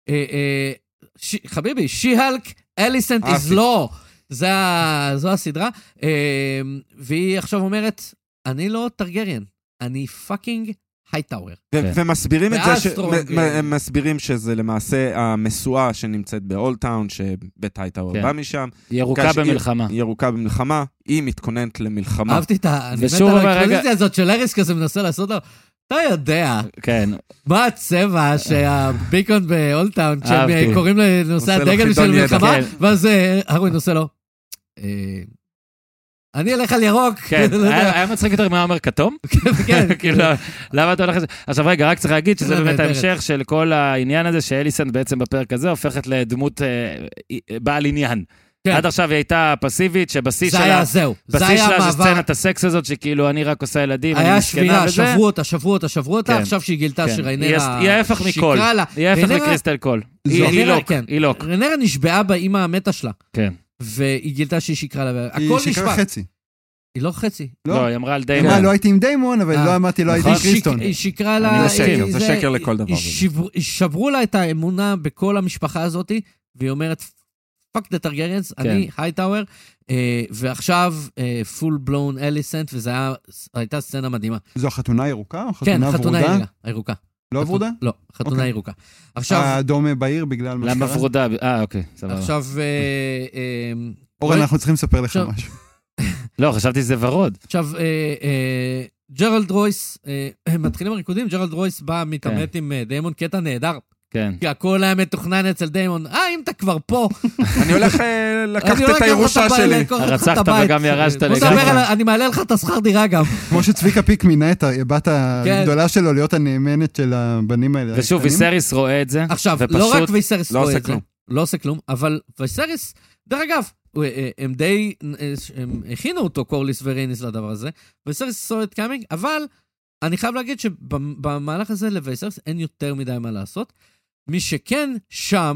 D: חביבי, שי-הלק, אליסנט is law. זו הסדרה. והיא עכשיו אומרת, אני לא טרגריאן, אני פאקינג הייטאוור.
B: ומסבירים את זה, הם מסבירים שזה למעשה המסועה שנמצאת באולטאון, שבית הייטאוור בא משם.
C: היא ירוקה במלחמה.
B: היא ירוקה במלחמה, היא מתכוננת למלחמה.
D: אהבתי את האקספוזיציה הזאת של אריס כזה מנסה לעשות לו, אתה יודע, מה הצבע שהביקון באולטאון, כשהם קוראים לנושא הדגל של מלחמה, ואז הרווין עושה לו, אני אלך על ירוק.
C: כן, היה מצחיק יותר מה אומר כתום?
D: כן.
C: למה אתה הולך לזה? עכשיו רגע, רק צריך להגיד שזה באמת ההמשך של כל העניין הזה, שאליסנט בעצם בפרק הזה הופכת לדמות בעל עניין. עד עכשיו היא הייתה פסיבית, שבשיא שלה, בשיא שלה זה סצנת הסקס הזאת, שכאילו אני רק עושה ילדים,
D: היה שבירה, שברו אותה, עכשיו שהיא גילתה שריינרה
C: היא ההפך מכל, היא ההפך לקריסטל קול. היא לוק.
D: ריינרה נשבעה באמא המתה שלה.
C: כן.
D: והיא גילתה שהיא שקרה לה,
E: היא שקרה חצי.
D: היא לא חצי.
C: לא, היא אמרה על דיימון.
E: לא הייתי עם דיימון, אבל לא אמרתי, לא הייתי עם קריסטון.
D: היא שקרה לה...
B: זה שקר לכל דבר.
D: שברו לה את האמונה בכל המשפחה הזאת, והיא אומרת, fuck the Targaryens, אני הייטאוור, ועכשיו full blown אליסנט, וזו הייתה סצנה מדהימה.
E: זו החתונה הירוקה?
D: כן, חתונה הירוקה.
E: לא ורודה?
D: לא, חתונה ירוקה.
E: האדום בעיר בגלל מה שקרה?
C: למה ורודה? אוקיי, סבבה.
D: עכשיו...
E: אורן, אנחנו צריכים לספר לך משהו.
C: לא, חשבתי שזה ורוד.
D: עכשיו, ג'רלד רויס, מתחילים הריקודים, ג'רלד רויס בא מתעמת עם דיימון, קטע נהדר.
C: כן.
D: כי הכל היה מתוכנן אצל דיימון, אם אתה כבר פה.
B: אני הולך לקחת את הירושה שלי.
C: הרצחת וגם ירשת
D: לגמרי. אני מעלה לך את השכר דירה גם.
E: כמו שצביקה פיק מינה את הבת הגדולה שלו, להיות הנאמנת של הבנים האלה.
C: ושוב, ויסריס רואה את זה.
D: עכשיו, לא רק ויסריס רואה את זה. לא עושה כלום, אבל ויסריס, דרך אגב, הם די, הם הכינו אותו, קורליס ורייניס לדבר הזה, ויסריס saw it coming, אבל אני חייב להגיד שבמהלך הזה לוויסריס אין יותר מדי מה לעשות. מי שכן שם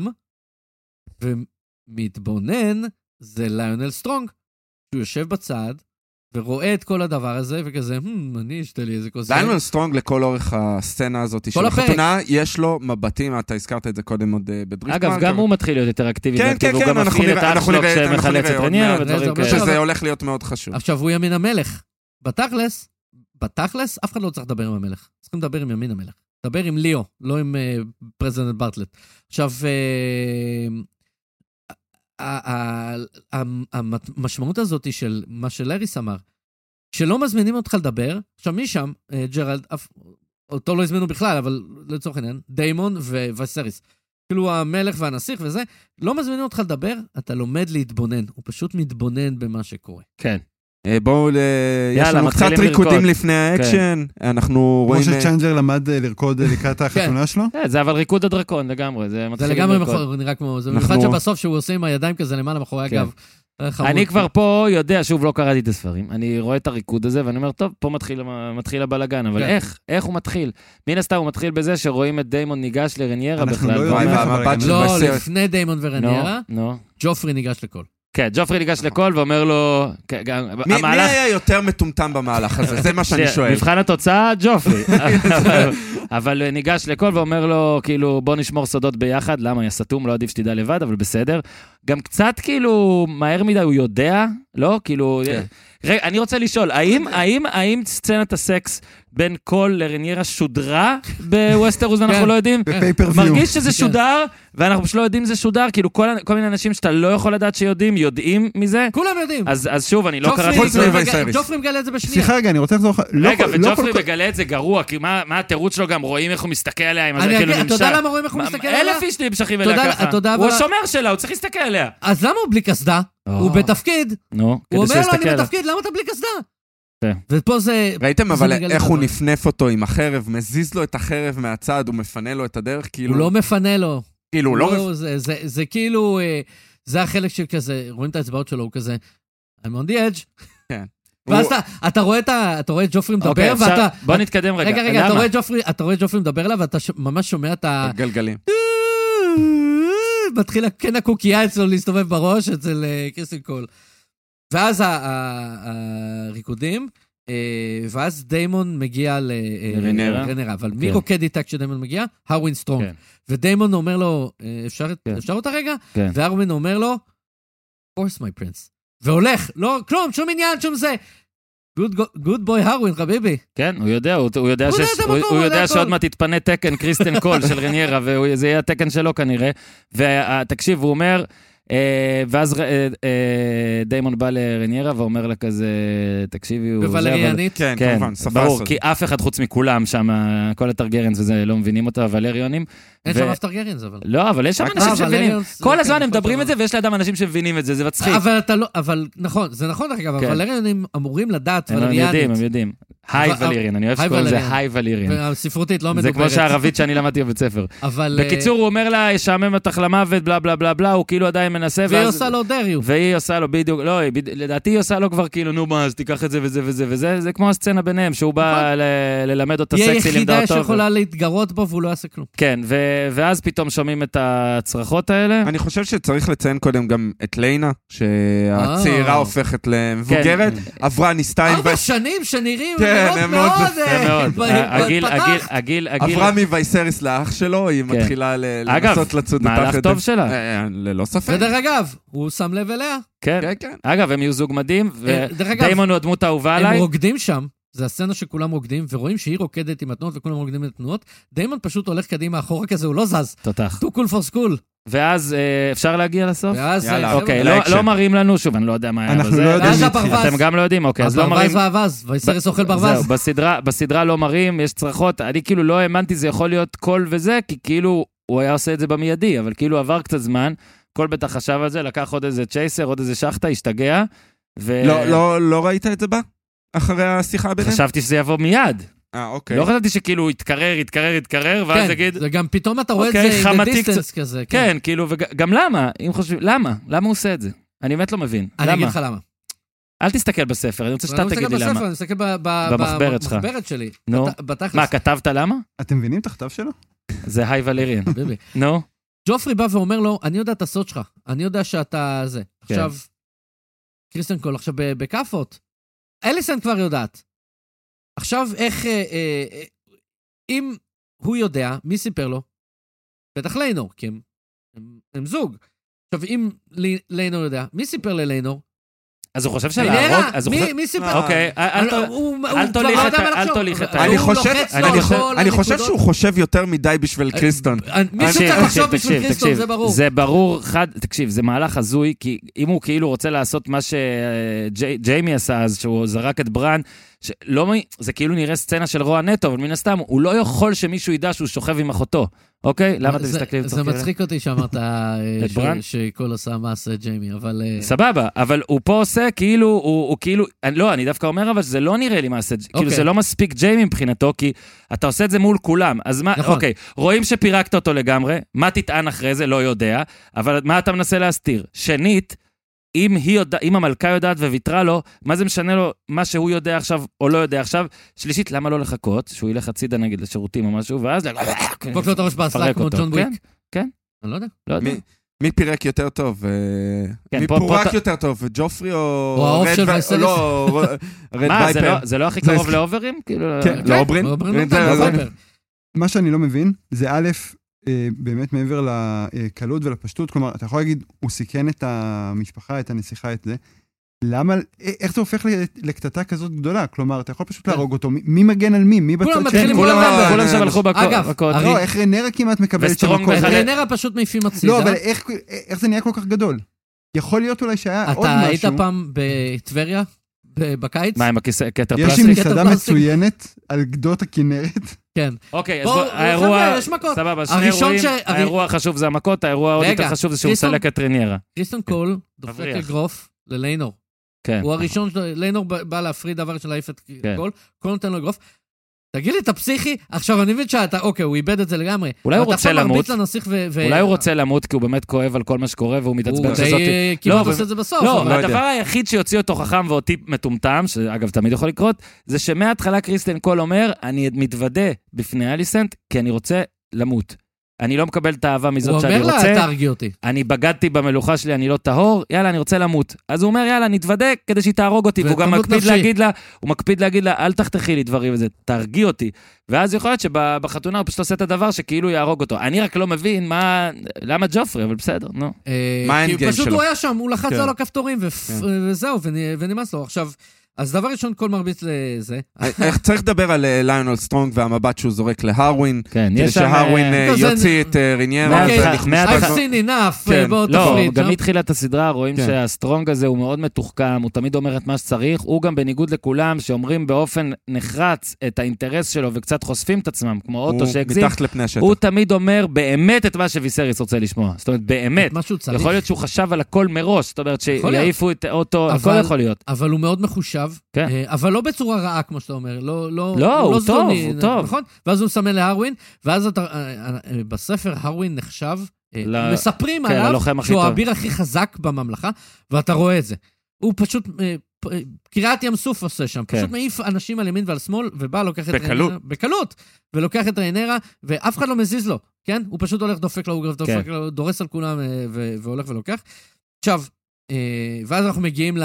D: ומתבונן זה ליונל סטרונג, שהוא יושב בצד ורואה את כל הדבר הזה וכזה, אני אשתה לי איזה כוס.
B: ליונל סטרונג לכל אורך הסצנה הזאת של החתונה, יש לו מבטים, אתה הזכרת את זה קודם עוד בדריפטמן.
C: אגב, גם הוא מתחיל להיות יותר אקטיבי, והוא גם מפעיל את האח שלו כשמחלץ את רניארה ודברים כאלה.
B: שזה הולך להיות מאוד חשוב.
D: עכשיו, הוא ימין המלך. בתכלס, אף אחד לא צריך לדבר עם המלך. צריכים לדבר עם ימין המלך. דבר עם ליאו, לא עם פרזידנט ברטלט. עכשיו, המשמעות הזאת של מה שלאריס אמר, כשלא מזמינים אותך לדבר, עכשיו משם, ג'רלד, אותו לא הזמינו בכלל, אבל לצורך העניין, דיימון וויסריס, כאילו המלך והנסיך וזה, לא מזמינים אותך לדבר, אתה לומד להתבונן, הוא פשוט מתבונן במה שקורה.
C: כן.
B: בואו, יש לנו קצת ריקודים לפני האקשן, אנחנו רואים...
E: כמו שצ'יינג'ר למד לרקוד לקראת החתונה שלו?
C: זה אבל ריקוד הדרקון לגמרי, זה
D: לגמרי נראה כמו, זה במיוחד שבסוף שהוא עושה עם הידיים כזה למעלה מאחורי הגב.
C: אני כבר פה יודע, שוב לא קראתי את הספרים, אני רואה את הריקוד הזה ואני אומר, טוב, פה מתחיל הבלגן, אבל איך הוא מתחיל? מן הסתם הוא מתחיל בזה שרואים את דיימון ניגש לרניירה בכלל.
D: לא, לפני דיימון ורניירה, ג'ופרי ניגש לכל.
C: כן, ג'ופרי ניגש לכל ואומר לו...
B: מי היה יותר מטומטם במהלך הזה? זה מה שאני שואל.
C: מבחן התוצאה, ג'ופרי. אבל ניגש לכל ואומר לו, כאילו, בוא נשמור סודות ביחד, למה? היה סתום, לא עדיף שתדע לבד, אבל בסדר. גם קצת כאילו מהר מדי הוא יודע, לא? כאילו, רגע, אני רוצה לשאול, האם סצנת הסקס בין קול לרניירה שודרה בווסטרוס ואנחנו לא יודעים? מרגיש שזה שודר, ואנחנו פשוט לא יודעים שזה שודר, כאילו כל מיני אנשים שאתה לא יכול לדעת יודעים מזה.
D: כולם יודעים.
C: אז שוב, אני לא קראתי...
D: ג'ופרי מגלה את זה בשנייה.
E: סליחה רגע, אני רוצה לחזור...
C: רגע, וג'ופרי מגלה את זה גרוע, כי מה התירוץ שלו גם רואים איך הוא מסתכל עליה,
D: אתה יודע למה רואים איך הוא מסתכל עליה?
C: 1,000 איש נמשכים אליה ככה. הוא השומר שלה, הוא צריך להסתכל עליה.
D: אז למה הוא בלי קסדה? הוא בתפקיד.
C: נו,
D: הוא אומר לו, אני בתפקיד, למה אתה בלי קסדה? ופה זה...
B: ראיתם אבל איך הוא נפנף אותו עם החרב, מזיז לו את החרב מהצד, הוא מפנה לו את הדרך, כאילו...
D: הוא לא מפנה לו.
B: כאילו, הוא לא...
D: זה כאילו... זה החלק של כזה, רואים את האצבעות שלו, הוא כזה... I'm on the edge.
B: כן.
D: ואז אתה רואה את ג'ופרי מדבר, ואתה...
C: בוא נתקדם רגע.
D: רגע, אתה רואה את ג'ופרי מדבר אליו, ואתה ממש שומע את ה...
B: גלגלים.
D: מתחילה כן הקוקייה אצלו להסתובב בראש, אצל קריסטין קול. ואז הריקודים, ואז דיימון מגיע לרנרה, אבל מי רוקד איתה כשדיימון מגיע? הרווין סטרונג. ודיימון אומר לו, אפשר אותה רגע? והרווין אומר לו, force my prince. והולך, לא, כלום, שום עניין, שום זה. גוד בוי הרווין, חביבי.
C: כן, הוא יודע שעוד מעט תתפנה תקן קריסטין קול של רניירה, וזה יהיה התקן שלו כנראה. ותקשיב, הוא אומר... ואז דיימון בא לרניירה ואומר לה כזה, תקשיבי,
D: בוולריאנית?
B: כן, כמובן, שפה
C: ברור, כי אף אחד חוץ מכולם שם, כל הטרגרנס וזה, לא מבינים אותה, הוולריונים.
D: אין שם אף טרגרנס, אבל.
C: לא, אבל יש שם אנשים שמבינים. כל הזמן הם מדברים את זה, ויש לאדם אנשים שמבינים את זה, זה מצחיק.
D: אבל נכון, זה נכון, אגב, הוולריונים אמורים לדעת וולריאנית.
C: הם יודעים. היי וליריאן, אני אוהב שקוראים לזה היי וליריאן.
D: הספרותית לא מדוברת.
C: זה כמו שהערבית שאני למדתי בבית ספר. בקיצור, הוא אומר לה, ישעמם אותך למוות, בלה בלה בלה בלה, הוא כאילו עדיין מנסה.
D: והיא עושה לו דריו.
C: והיא עושה לו בדיוק, לא, לדעתי היא עושה לו כבר כאילו, נו מה, אז תיקח את זה וזה וזה וזה, זה כמו הסצנה ביניהם, שהוא בא ללמד אותה סקסי,
D: היא היחידה שיכולה להתגרות בו, והוא לא יעשה כלום.
C: כן, ואז פתאום שומעים את הצרחות האלה.
B: אני חושב שצריך לציין קודם גם את ליינה, שהצעירה הופכת למבוגרת, עברה ניסתיים.
D: 4 שנים שנראים
B: עברה מווייסריס לאח שלו, היא מתחילה לנסות לצוד את
C: מהלך טוב שלה.
B: ללא ספק.
D: ודרך אגב, הוא שם לב אליה.
C: כן. אגב, הם יהיו זוג מדהים, ודיימון הוא הדמות האהובה עליי.
D: הם רוקדים שם, זה הסצנה שכולם רוקדים, ורואים שהיא רוקדת עם התנועות וכולם רוקדים עם התנועות. דיימון פשוט הולך קדימה אחורה כזה, הוא לא זז.
C: תותח.
D: too cool for school.
C: ואז אפשר להגיע לסוף?
B: יאללה,
C: אוקיי, לא מראים לנו, שוב, אני לא יודע מה היה
E: אנחנו לא יודעים.
C: אתם גם לא יודעים, אוקיי, אז לא מראים.
D: הברווז וייסרס אוכל ברווז.
C: בסדרה לא מראים, יש צרחות, אני כאילו לא האמנתי זה יכול להיות קול וזה, כי כאילו הוא היה עושה את זה במיידי, אבל כאילו עבר קצת זמן, קול בטח חשב על זה, לקח עוד איזה צ'ייסר, עוד איזה שחטה, השתגע.
B: לא ראית את זה בה? אחרי השיחה ביניהם?
C: חשבתי שזה יבוא מיד.
B: אוקיי.
C: לא חשבתי שכאילו יתקרר, ואז יגיד...
D: כן, גם פתאום אתה רואה את זה בדיסטנס כזה.
C: כן, כאילו, וגם למה? אם חושבים, למה? למה הוא עושה את זה? אני באמת לא מבין.
D: אני אגיד לך למה.
C: אל תסתכל בספר, אני רוצה שאתה תגיד לי למה.
D: אני מסתכל במחברת שלי.
C: נו, מה, כתבת למה?
E: אתם מבינים את הכתב שלו?
C: זה היי ולריאן. נו.
D: ג'ופרי בא ואומר לו, אני יודע את הסוד שלך, אני יודע שאתה זה. עכשיו, קריסטין קול, עכשיו בקאפות, אליסן כבר יודעת. עכשיו, איך, אם הוא יודע, מי סיפר לו? בטח ליינור, כי הם זוג. עכשיו, אם ליינור יודע, מי סיפר לליינור?
C: אז הוא חושב שלהרוג?
D: מי סיפר?
C: אוקיי, אל תוליך את
B: אני חושב שהוא חושב יותר מדי בשביל קריסטון.
D: מישהו צריך לחשוב בשביל קריסטון, זה ברור.
C: זה ברור, תקשיב, זה מהלך הזוי, כי אם הוא כאילו רוצה לעשות מה שג'יימי עשה אז, שהוא זרק את ברן, זה כאילו נראה סצנה של רוע נטו, אבל מן הסתם, הוא לא יכול שמישהו ידע שהוא שוכב עם אחותו. אוקיי? למה אתם מסתכלים?
D: זה מצחיק אותי שאמרת שכל עושה מעשה ג'יימי, אבל...
C: סבבה, אבל הוא פה עושה כאילו, הוא כאילו, לא, אני דווקא אומר אבל שזה לא נראה לי מעשה, כאילו זה לא מספיק ג'יימי מבחינתו, כי אתה עושה את זה מול כולם, אז מה, אוקיי, רואים שפירקת אותו לגמרי, מה תטען אחרי זה? לא יודע, אבל מה אתה מנסה להסתיר? שנית, אם המלכה יודעת וויתרה לו, מה זה משנה לו מה שהוא יודע עכשיו או לא יודע עכשיו? שלישית, למה לא לחכות? שהוא ילך הצידה נגיד לשירותים או משהו, ואז...
D: פוקס לו את הראש באסלה כמו ג'ון וויק.
C: כן?
D: אני לא יודע.
B: מי פירק יותר טוב? מי פורק יותר טוב? ג'ופרי או
D: העוף של וייסריס?
C: מה, זה לא הכי קרוב לאוברים?
B: כן, לאוברין?
E: מה שאני לא מבין, זה א', באמת מעבר לקלות ולפשטות, כלומר, אתה יכול להגיד, הוא סיכן את המשפחה, את הנסיכה, את זה, למה, איך זה הופך לקטטה כזאת גדולה? כלומר, אתה יכול פשוט להרוג אותו, מי מגן על מי? מי בצד
D: מתחילים
C: כולם שהלכו
D: אגב,
E: לא, איך רנרה כמעט מקבלת שם מקום?
D: רנרה פשוט מעיפים הצידה.
E: לא, אבל איך זה נהיה כל כך גדול? יכול להיות אולי שהיה עוד משהו.
D: אתה היית פעם בטבריה? בקיץ?
C: מה עם הכתר
E: יש
C: פלסטיק?
E: לי מסעדה מצוינת על גדות הכנרת.
D: כן.
C: אוקיי, אז
D: בואו,
C: האירוע...
D: חבר'ה, יש מכות.
C: סבבה, שני
D: הראשון
C: אירועים,
D: ש-
C: האירוע החשוב זה המכות, האירוע עוד יותר חשוב זה שהוא מסלק את רניירה.
D: קריסטון קול דופק
C: מבריח.
D: אגרוף לליינור.
C: כן.
D: הוא הראשון, ליינור בא להפריד דבר של להעיף את
C: כן.
D: קול, קול נותן לו אגרוף. תגיד לי, אתה פסיכי? עכשיו, אני מבין שאתה, אוקיי, הוא איבד את זה לגמרי.
C: אולי הוא רוצה למות. אולי הוא רוצה למות כי הוא באמת כואב על כל מה שקורה והוא מתעצבן
D: הוא
C: שזאת...
D: די כמעט עושה את זה בסוף.
C: לא,
D: אבל-
C: והדבר היחיד שיוציא אותו חכם ואותי מטומטם, שאגב תמיד יכול לקרות, זה שמההתחלה קריסטן קול אומר, אני מתוודה בפני אליסנט, כי אני רוצה למות. אני לא מקבל את האהבה מזאת שאני
D: הוא אומר
C: רוצה.
D: לה, תהרגי אותי.
C: אני בגדתי במלוכה שלי, אני לא טהור, יאללה, אני רוצה למות. אז הוא אומר, יאללה, נתוודה כדי שהיא תהרוג אותי. והוא גם
D: ותמות
C: מקפיד
D: נפשי.
C: להגיד לה, הוא מקפיד להגיד לה, אל תחתכי לי דברים וזה, תהרגי אותי. ואז יכול להיות שבחתונה הוא פשוט עושה את הדבר שכאילו יהרוג אותו. אני רק לא מבין למה ג'ופרי, אבל בסדר, נו.
B: מה
D: כי
B: האנד גיים
D: פשוט
B: שלו?
D: הוא היה שם, הוא לחץ
B: כן.
D: על הכפתורים, וזהו, ונמאס לו. עכשיו, אז דבר ראשון, כל מרביץ לזה.
B: איך צריך לדבר על ליונל סטרונג והמבט שהוא זורק להרווין,
C: כן,
B: כדי
C: יש שם...
B: שהרווין
D: כזה-
B: יוציא את רניירה.
D: אוקיי,
C: מההתחלה-
D: I've seen enough,
B: כן.
D: בואו
C: לא,
D: תפריד.
C: גם מתחילת הסדרה רואים
B: כן.
C: שהסטרונג הזה הוא מאוד מתוחכם, הוא תמיד אומר את מה שצריך, הוא גם בניגוד לכולם שאומרים באופן נחרץ את האינטרס שלו וקצת חושפים את עצמם, כמו אוטו
B: הוא
C: שהגזים,
B: מתחת לפני השטח.
C: הוא תמיד אומר באמת את מה שוויסריס רוצה לשמוע. זאת אומרת, באמת.
D: מה שהוא צריך.
C: יכול להיות שהוא חשב על הכל מראש, זאת אומרת
D: יכול להיות.
C: שיעיפו את אוטו,
D: אבל-
C: הכל יכול להיות.
D: אבל הוא מאוד מחושב,
C: כן.
D: אבל לא בצורה רעה, כמו שאתה אומר. לא,
C: הוא טוב,
D: זדוני,
C: הוא טוב.
D: נכון? ואז הוא מסמן להרווין, ואז בספר הרווין נחשב, מספרים
C: כן,
D: עליו
C: הלוחם הכי
D: שהוא
C: טוב.
D: האביר הכי חזק בממלכה, ואתה רואה את זה. הוא פשוט, קריאת ים סוף עושה שם,
C: כן.
D: פשוט מעיף אנשים על ימין ועל שמאל, ובא, לוקח את
B: בקלות.
D: ריינרה, בקלות, ולוקח את ריינרה, ואף אחד לא מזיז לו, כן? הוא פשוט הולך, דופק לו, דופק לו, דורס על כולם, והולך ולוקח. עכשיו, ואז אנחנו מגיעים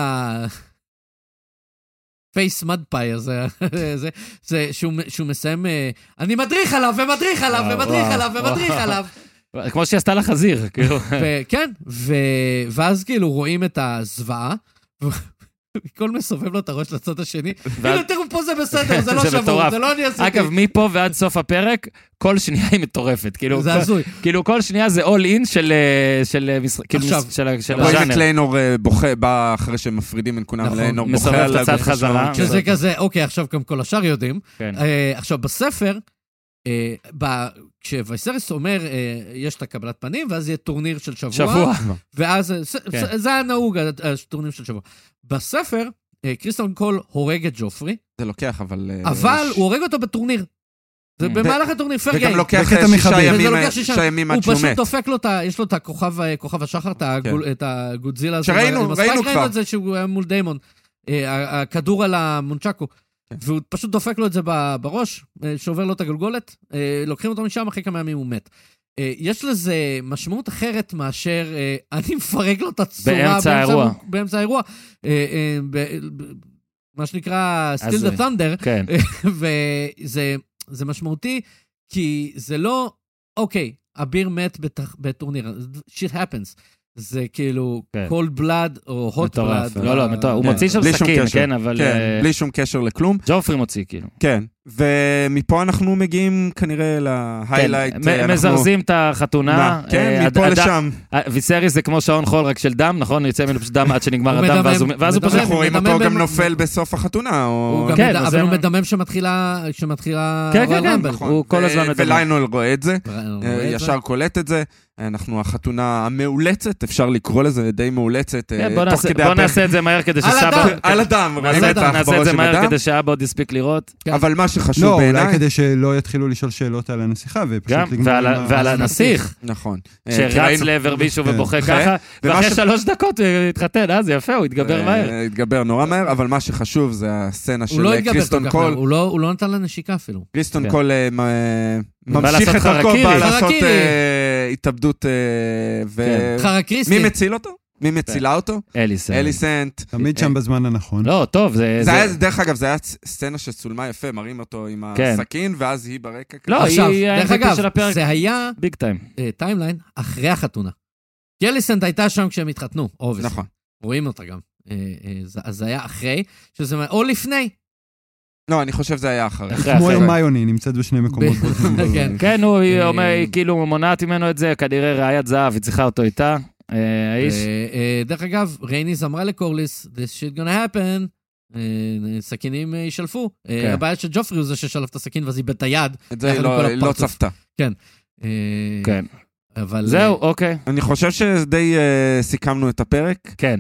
D: פייס מדפאי הזה, זה שהוא מסיים, אני מדריך עליו, ומדריך עליו, ומדריך עליו, ומדריך עליו.
C: כמו שהיא עשתה לחזיר, כאילו.
D: כן, ואז כאילו רואים את הזוועה, וכל מסובב לו את הראש לצד השני, הנה תראו פה זה בסדר, זה לא
C: זה
D: שבור,
C: מטורף.
D: זה לא אני עשיתי.
C: אגב, מפה ועד סוף הפרק, כל שנייה היא מטורפת.
D: זה הזוי.
C: כאילו, כל שנייה זה all in של
B: רואים את
C: הז'אנר.
B: ליינור בוכה, בא אחרי שהם מפרידים בין כולם,
D: נכון.
B: ליינור
C: מסובב
B: בוכה
C: את
B: על
C: הצד
B: הגוף שלו.
C: חזרה.
D: שזה כזה, אוקיי, עכשיו גם כל השאר יודעים.
C: כן.
D: עכשיו, בספר, כשוויסריס אומר, יש את הקבלת פנים, ואז יהיה טורניר של שבוע. ואז, זה היה נהוג, הטורניר של שבוע. בספר, קריסטון קול הורג את ג'ופרי,
B: זה לוקח, אבל...
D: אבל הוא הורג אותו בטורניר. זה במהלך הטורניר, פייר
B: וגם
D: גיים.
B: לוקח
E: בקטע מחבל.
D: וזה לוקח 6
B: ימים עד
D: הוא
B: שהוא
D: פשוט
B: מת.
D: דופק לו, יש לו את כוכב השחר, את הגודזילה הזה.
B: שראינו כבר.
D: ראינו את זה שהוא היה מול דיימון. הכדור על המונצ'קו. והוא פשוט דופק לו את זה בראש, שובר לו את הגלגולת, לוקחים אותו משם, אחרי כמה ימים הוא מת. יש לזה משמעות אחרת מאשר, אני מפרק לו את הצורה באמצע האירוע. מה שנקרא Still the Thunder,
C: כן.
D: וזה משמעותי, כי זה לא, אוקיי, אביר מת בטורניר, shit happens. זה כאילו cold blood או hot blood.
C: לא, הוא מוציא שם סכין, כן, אבל...
B: כן, בלי שום קשר לכלום.
C: ג'ופרי מוציא, כאילו.
B: כן, ומפה אנחנו מגיעים כנראה להיילייט.
C: מזרזים את החתונה.
B: כן, מפה לשם.
C: ויסריס זה כמו שעון חול, רק של דם, נכון? יוצא ממנו פשוט דם עד שנגמר הדם, ואז הוא פשוט...
B: אנחנו רואים אותו גם נופל בסוף החתונה.
D: אבל הוא מדמם שמתחילה...
C: כן, הוא כל הזמן מדמם.
B: וליינול רואה את זה, ישר קולט את זה. אנחנו החתונה המאולצת, אפשר לקרוא לזה די מאולצת.
C: בוא נעשה את זה מהר כדי שסבא...
B: על הדם.
C: נעשה את זה מהר כדי שאבא עוד יספיק לראות.
B: אבל מה שחשוב
E: לא,
B: בעיניי...
E: אולי כדי שלא יתחילו לשאול שאלות על הנסיכה, ופשוט
C: לגמרי. ועל הנסיך.
B: נכון.
C: שרץ לעבר מישהו ובוכה ככה, ואחרי 3 דקות הוא התחתן, זה יפה, הוא התגבר מהר.
B: התגבר נורא מהר, אבל מה שחשוב זה הסצנה של קריסטון קול.
D: הוא לא נתן לנשיקה אפילו.
B: קריסטון קול ממשיך את דרכו, בא לעשות התאבדות, מי מציל אותו? מי מצילה אותו?
C: אליסנט.
B: אליסנט.
E: תמיד שם בזמן הנכון.
C: לא, טוב,
B: דרך אגב, זה היה סצנה שצולמה יפה, מראים אותו עם הסכין, ואז היא ברקע.
C: לא,
D: עכשיו,
C: היא
D: דרך
C: האנטי של
D: אגב,
C: הפרק.
D: זה היה
C: ביג טיים.
D: טיימליין אחרי החתונה. כי אליסנט הייתה שם כשהם התחתנו, אובייסלי.
B: נכון.
D: רואים אותה גם. אז זה היה אחרי, שזה או לפני.
B: לא, אני חושב שזה היה אחרי.
E: כמו הרמיוני, נמצאת בשני מקומות.
D: כן.
C: כן, הוא אומר, היא כאילו מונעת ממנו את זה, כנראה ראיית זהב, היא צריכה אותו איתה, האיש.
D: דרך אגב, רייניס אמרה לקורליס, this shit gonna happen, סכינים ישלפו. הבעיה שג'ופרי הוא זה ששלף את הסכין, ואז איבד את היד.
B: את זה היא לא צפתה.
D: כן.
C: כן.
D: אבל...
C: זהו, אוקיי.
B: אני חושב שדי סיכמנו את הפרק.
C: כן.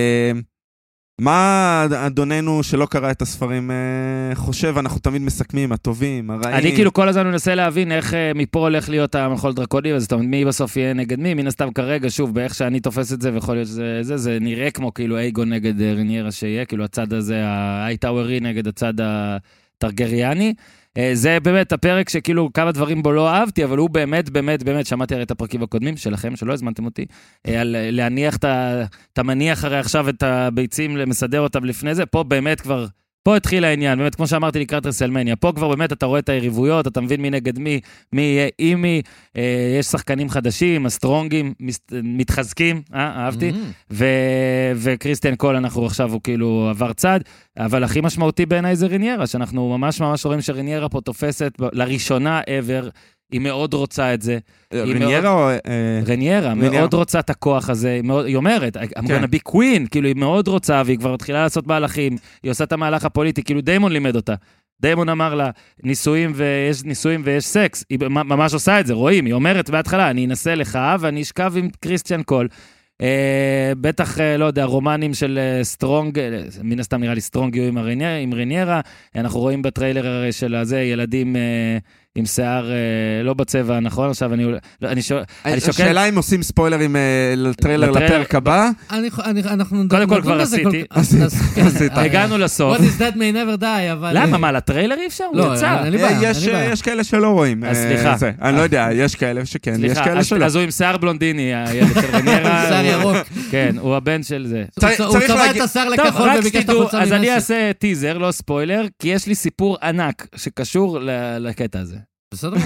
B: מה אדוננו שלא קרא את הספרים חושב? אנחנו תמיד מסכמים, הטובים, הרעים.
C: אני כאילו כל הזמן מנסה להבין איך מפה הולך להיות המחול דרקוני, אז זאת אומרת, מי בסוף יהיה נגד מי? מן הסתם כרגע, שוב, באיך שאני תופס את זה, ויכול להיות שזה נראה כמו כאילו אייגון נגד ריניירה שיהיה, כאילו הצד הזה, האייטאוורי נגד הצד הטרגריאני. זה באמת הפרק שכאילו כמה דברים בו לא אהבתי, אבל הוא באמת, באמת, באמת, שמעתי הרי את הפרקים הקודמים שלכם, שלא הזמנתם אותי, על להניח את המניח הרי עכשיו את הביצים, למסדר אותם לפני זה, פה באמת כבר, פה התחיל העניין, באמת כמו שאמרתי לקראת רסלמניה, פה כבר באמת אתה רואה את היריבויות, אתה מבין מי נגד מי, מי יהיה עם מי, יש שחקנים חדשים, הסטרונגים מתחזקים, אהבתי, וקריסטיאן קול אנחנו עכשיו הוא כאילו עבר צד, אבל הכי משמעותי בעיניי זה ריניירה, שאנחנו ממש ממש רואים שריניירה פה תופסת לראשונה ever, היא מאוד רוצה את זה.
B: ריניירה או...
C: ריניירה, מאוד רוצה את הכוח הזה, היא אומרת, I'm gonna be queen, כאילו היא מאוד רוצה, והיא כבר התחילה לעשות מהלכים, היא עושה את המהלך הפוליטי, כאילו דיימון לימד אותה. דיימון אמר לה, נישואים ויש סקס, היא ממש עושה את זה, רואים, היא אומרת בהתחלה, אני אנסה לך, ואני אשכב עם קריסטיאן קול, בטח, לא יודע, רומנים של סטרונג, מן הסתם נראה לי סטרונג יהיו עם ריניירה, אנחנו רואים בטריילר של הזה, ילדים עם שיער לא בצבע, נכון? עכשיו אני שוקל...
B: השאלה אם עושים ספוילרים לטריילר לפרק הבא?
C: קודם כל כבר עשיתי. הגענו לסוף.
D: What is that may never die, אבל...
C: למה? מה, לטריילר אי אפשר? הוא יצא.
B: יש כאלה שלא רואים.
C: סליחה.
B: אני לא יודע, יש כאלה שכן, יש כאלה שלא.
C: אז הוא עם שיער בלונדיני, הילד של רנירה.
D: שיער ירוק.
C: כן, הוא הבן של זה.
D: הוא צבע את השיער לכחול וביקש את החולצה ממסי.
C: אז אני אעשה טיזר, לא ספוילר, כי יש לי סיפור ענק שקשור לקטע הזה.
D: בסדר?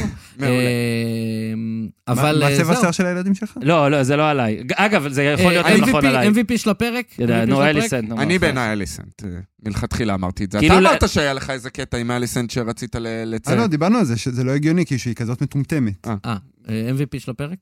D: אבל
E: מה צבע השיער של הילדים שלך?
C: לא, זה לא עליי. אגב, זה יכול להיות נכון עליי.
D: MVP של הפרק?
C: נו, אליסנט.
B: אני בעיניי אליסנט. מלכתחילה אמרתי את זה. אתה אמרת שהיה לך איזה קטע עם אליסנט שרצית לצאת.
E: לא, דיברנו על זה, שזה לא הגיוני, כי שהיא כזאת מטומטמת.
D: MVP של הפרק?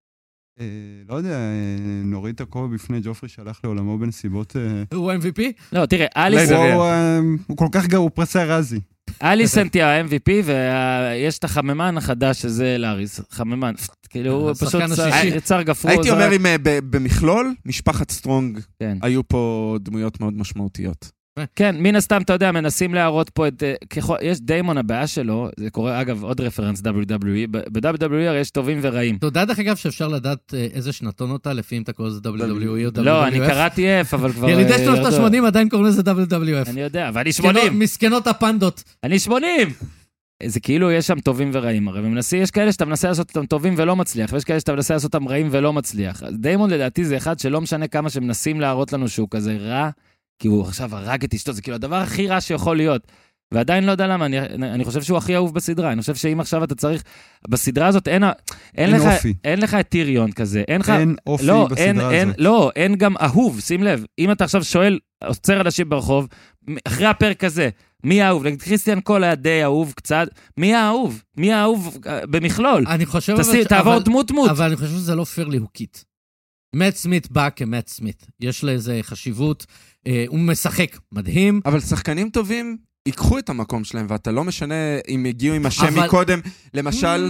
E: לא יודע, נוריד את הכובע בפני ג'ופרי שהלך לעולמו בנסיבות...
D: הוא MVP?
C: לא, תראה, אליסנט...
E: הוא כל כך גרוע, הוא פרסי רזי.
C: אליסנט היא ה-MVP, ויש את החממן החדש שזה לאריס. חממן, כאילו הוא פשוט יצר גפרו.
B: הייתי אומר אם במכלול, משפחת סטרונג, היו פה דמויות מאוד משמעותיות.
C: כן, מן הסתם, אתה יודע, מנסים להראות פה את... יש דיימון הבעיה שלו, זה קורה, אגב, עוד רפרנס WWE, ב-WWE יש טובים ורעים.
D: אתה יודע דרך אגב שאפשר לדעת איזה שנתון אותה, לפי אם אתה קורא לזה WWE או WWF?
C: לא, אני קראתי F, אבל כבר...
D: ילידי שנות ה-80 עדיין קוראים לזה WWF.
C: אני יודע, ואני 80.
D: מסכנות הפנדות.
C: אני 80! זה כאילו יש שם טובים ורעים, הרי יש כאלה שאתה מנסה לעשות אותם טובים ולא מצליח, ויש כאלה שאתה מנסה לעשות אותם רעים ולא מצליח. דיימון לדעתי זה אחד שלא משנה כמה שמנסים להראות לנו שהוא כזה רע, כי הוא עכשיו הרג את אשתו, זה כאילו הדבר הכי רע שיכול להיות. ועדיין לא יודע למה, אני חושב שהוא הכי אהוב בסדרה, אני חושב שאם עכשיו אתה צריך, בסדרה הזאת אין לך את טיריון כזה, אין
E: אופי בסדרה הזאת.
C: לא, אין גם אהוב, שים לב, אם אתה עכשיו שואל, עוצר אנשים ברחוב, אחרי הפרק הזה, מי האהוב? נגיד קריסטיאן קול היה די אהוב קצת, מי האהוב? מי האהוב במכלול?
D: אני חושב...
C: תעבור דמות.
D: אבל אני חושב שזה לא פייר להוקית. מאט סמית בא כמאט סמית. יש לה איזה חשיבות, הוא משחק מדהים.
B: אבל שחקנים טובים ייקחו את המקום שלהם, ואתה לא משנה אם הגיעו עם השם מקודם, למשל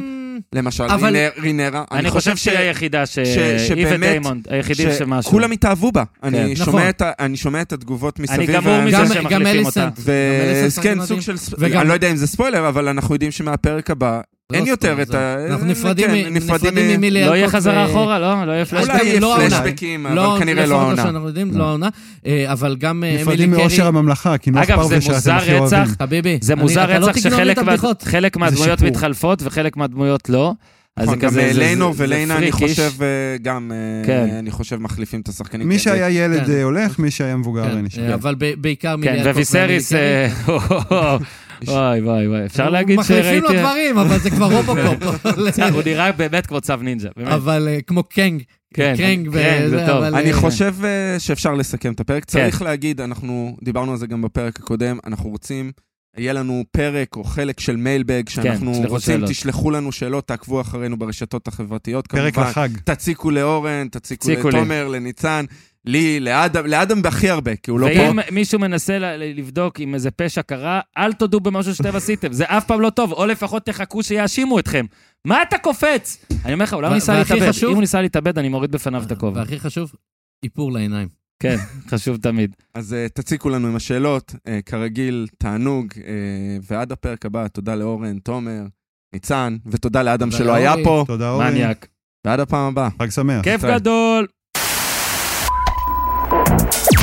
B: רינרה.
C: אני חושב שהיא היחידה שהיא ודיימון, היחידים שמשהו.
B: כולם התאהבו בה. אני שומע את התגובות מסביב.
C: אני גמור מזה שהם מחליפים אותה.
B: וכן, סוג של... אני לא יודע אם זה ספוילר, אבל אנחנו יודעים שמהפרק הבא אין יותר את ה...
D: אנחנו נפרדים ממילי אלקוט.
C: לא יהיה חזרה אחורה, לא יהיה
B: פלשבקים. אולי יהיה פלשבקים, אבל כנראה לא העונה.
D: לא העונה, אבל גם
E: נפרדים מאושר הממלכה, כי נוח פרווה שאתם הכי אוהבים.
C: זה מוזר רצח שחלק מהדמויות מתחלפות וחלק מהדמויות לא, אז זה
B: גם
C: כזה,
B: ליינור
C: זה
B: וליינה, אני
C: פריקיש.
B: חושב, גם,
C: כן.
B: אני חושב, מחליפים את השחקנים.
E: מי שהיה ילד
D: כן.
E: הולך, מי שהיה מבוגר נשאר.
D: אבל בעיקר
C: כן,
D: מיליאטוב
C: וויסריס, וואי, אפשר להגיד
D: מחליפים לו דברים, אבל זה כבר רובוקופ.
C: הוא נראה באמת כמו צו נינג'ה, באמת.
D: אבל כמו קרנג.
C: כן,
D: קרנג
C: זה טוב.
B: אני חושב שאפשר לסכם את הפרק. צריך להגיד, אנחנו דיברנו על זה גם בפרק הקודם, אנחנו רוצים, יהיה לנו פרק או חלק של מיילבג, שאנחנו רוצים, תשלחו לנו שאלות, תעקבו אחרינו ברשתות החברתיות,
E: פרק לחג.
B: תציקו לאורן, תציקו לתומר, לניצן, לי, לאדם בהכי הרבה, כי הוא לא פה.
C: ואם מישהו מנסה לבדוק אם איזה פשע קרה, אל תודו במשהו שאתם עשיתם, זה אף פעם לא טוב, או לפחות תחכו שיאשימו אתכם. מה אתה קופץ? אני אומר לך, אולי הוא ניסה להתאבד, אם הוא ניסה להתאבד, אני מוריד בפניו את הכובע.
D: והכי חשוב, איפור לעיניים.
C: כן, חשוב תמיד.
B: אז תציקו לנו עם השאלות, כרגיל, תענוג, ועד הפרק הבא, תודה לאורן, תומר, ניצן, ותודה לאדם שלא היה פה.
E: תודה אורן.
C: מניאק.
B: ועד הפעם הבאה.
E: חג שמח.
C: כיף גדול.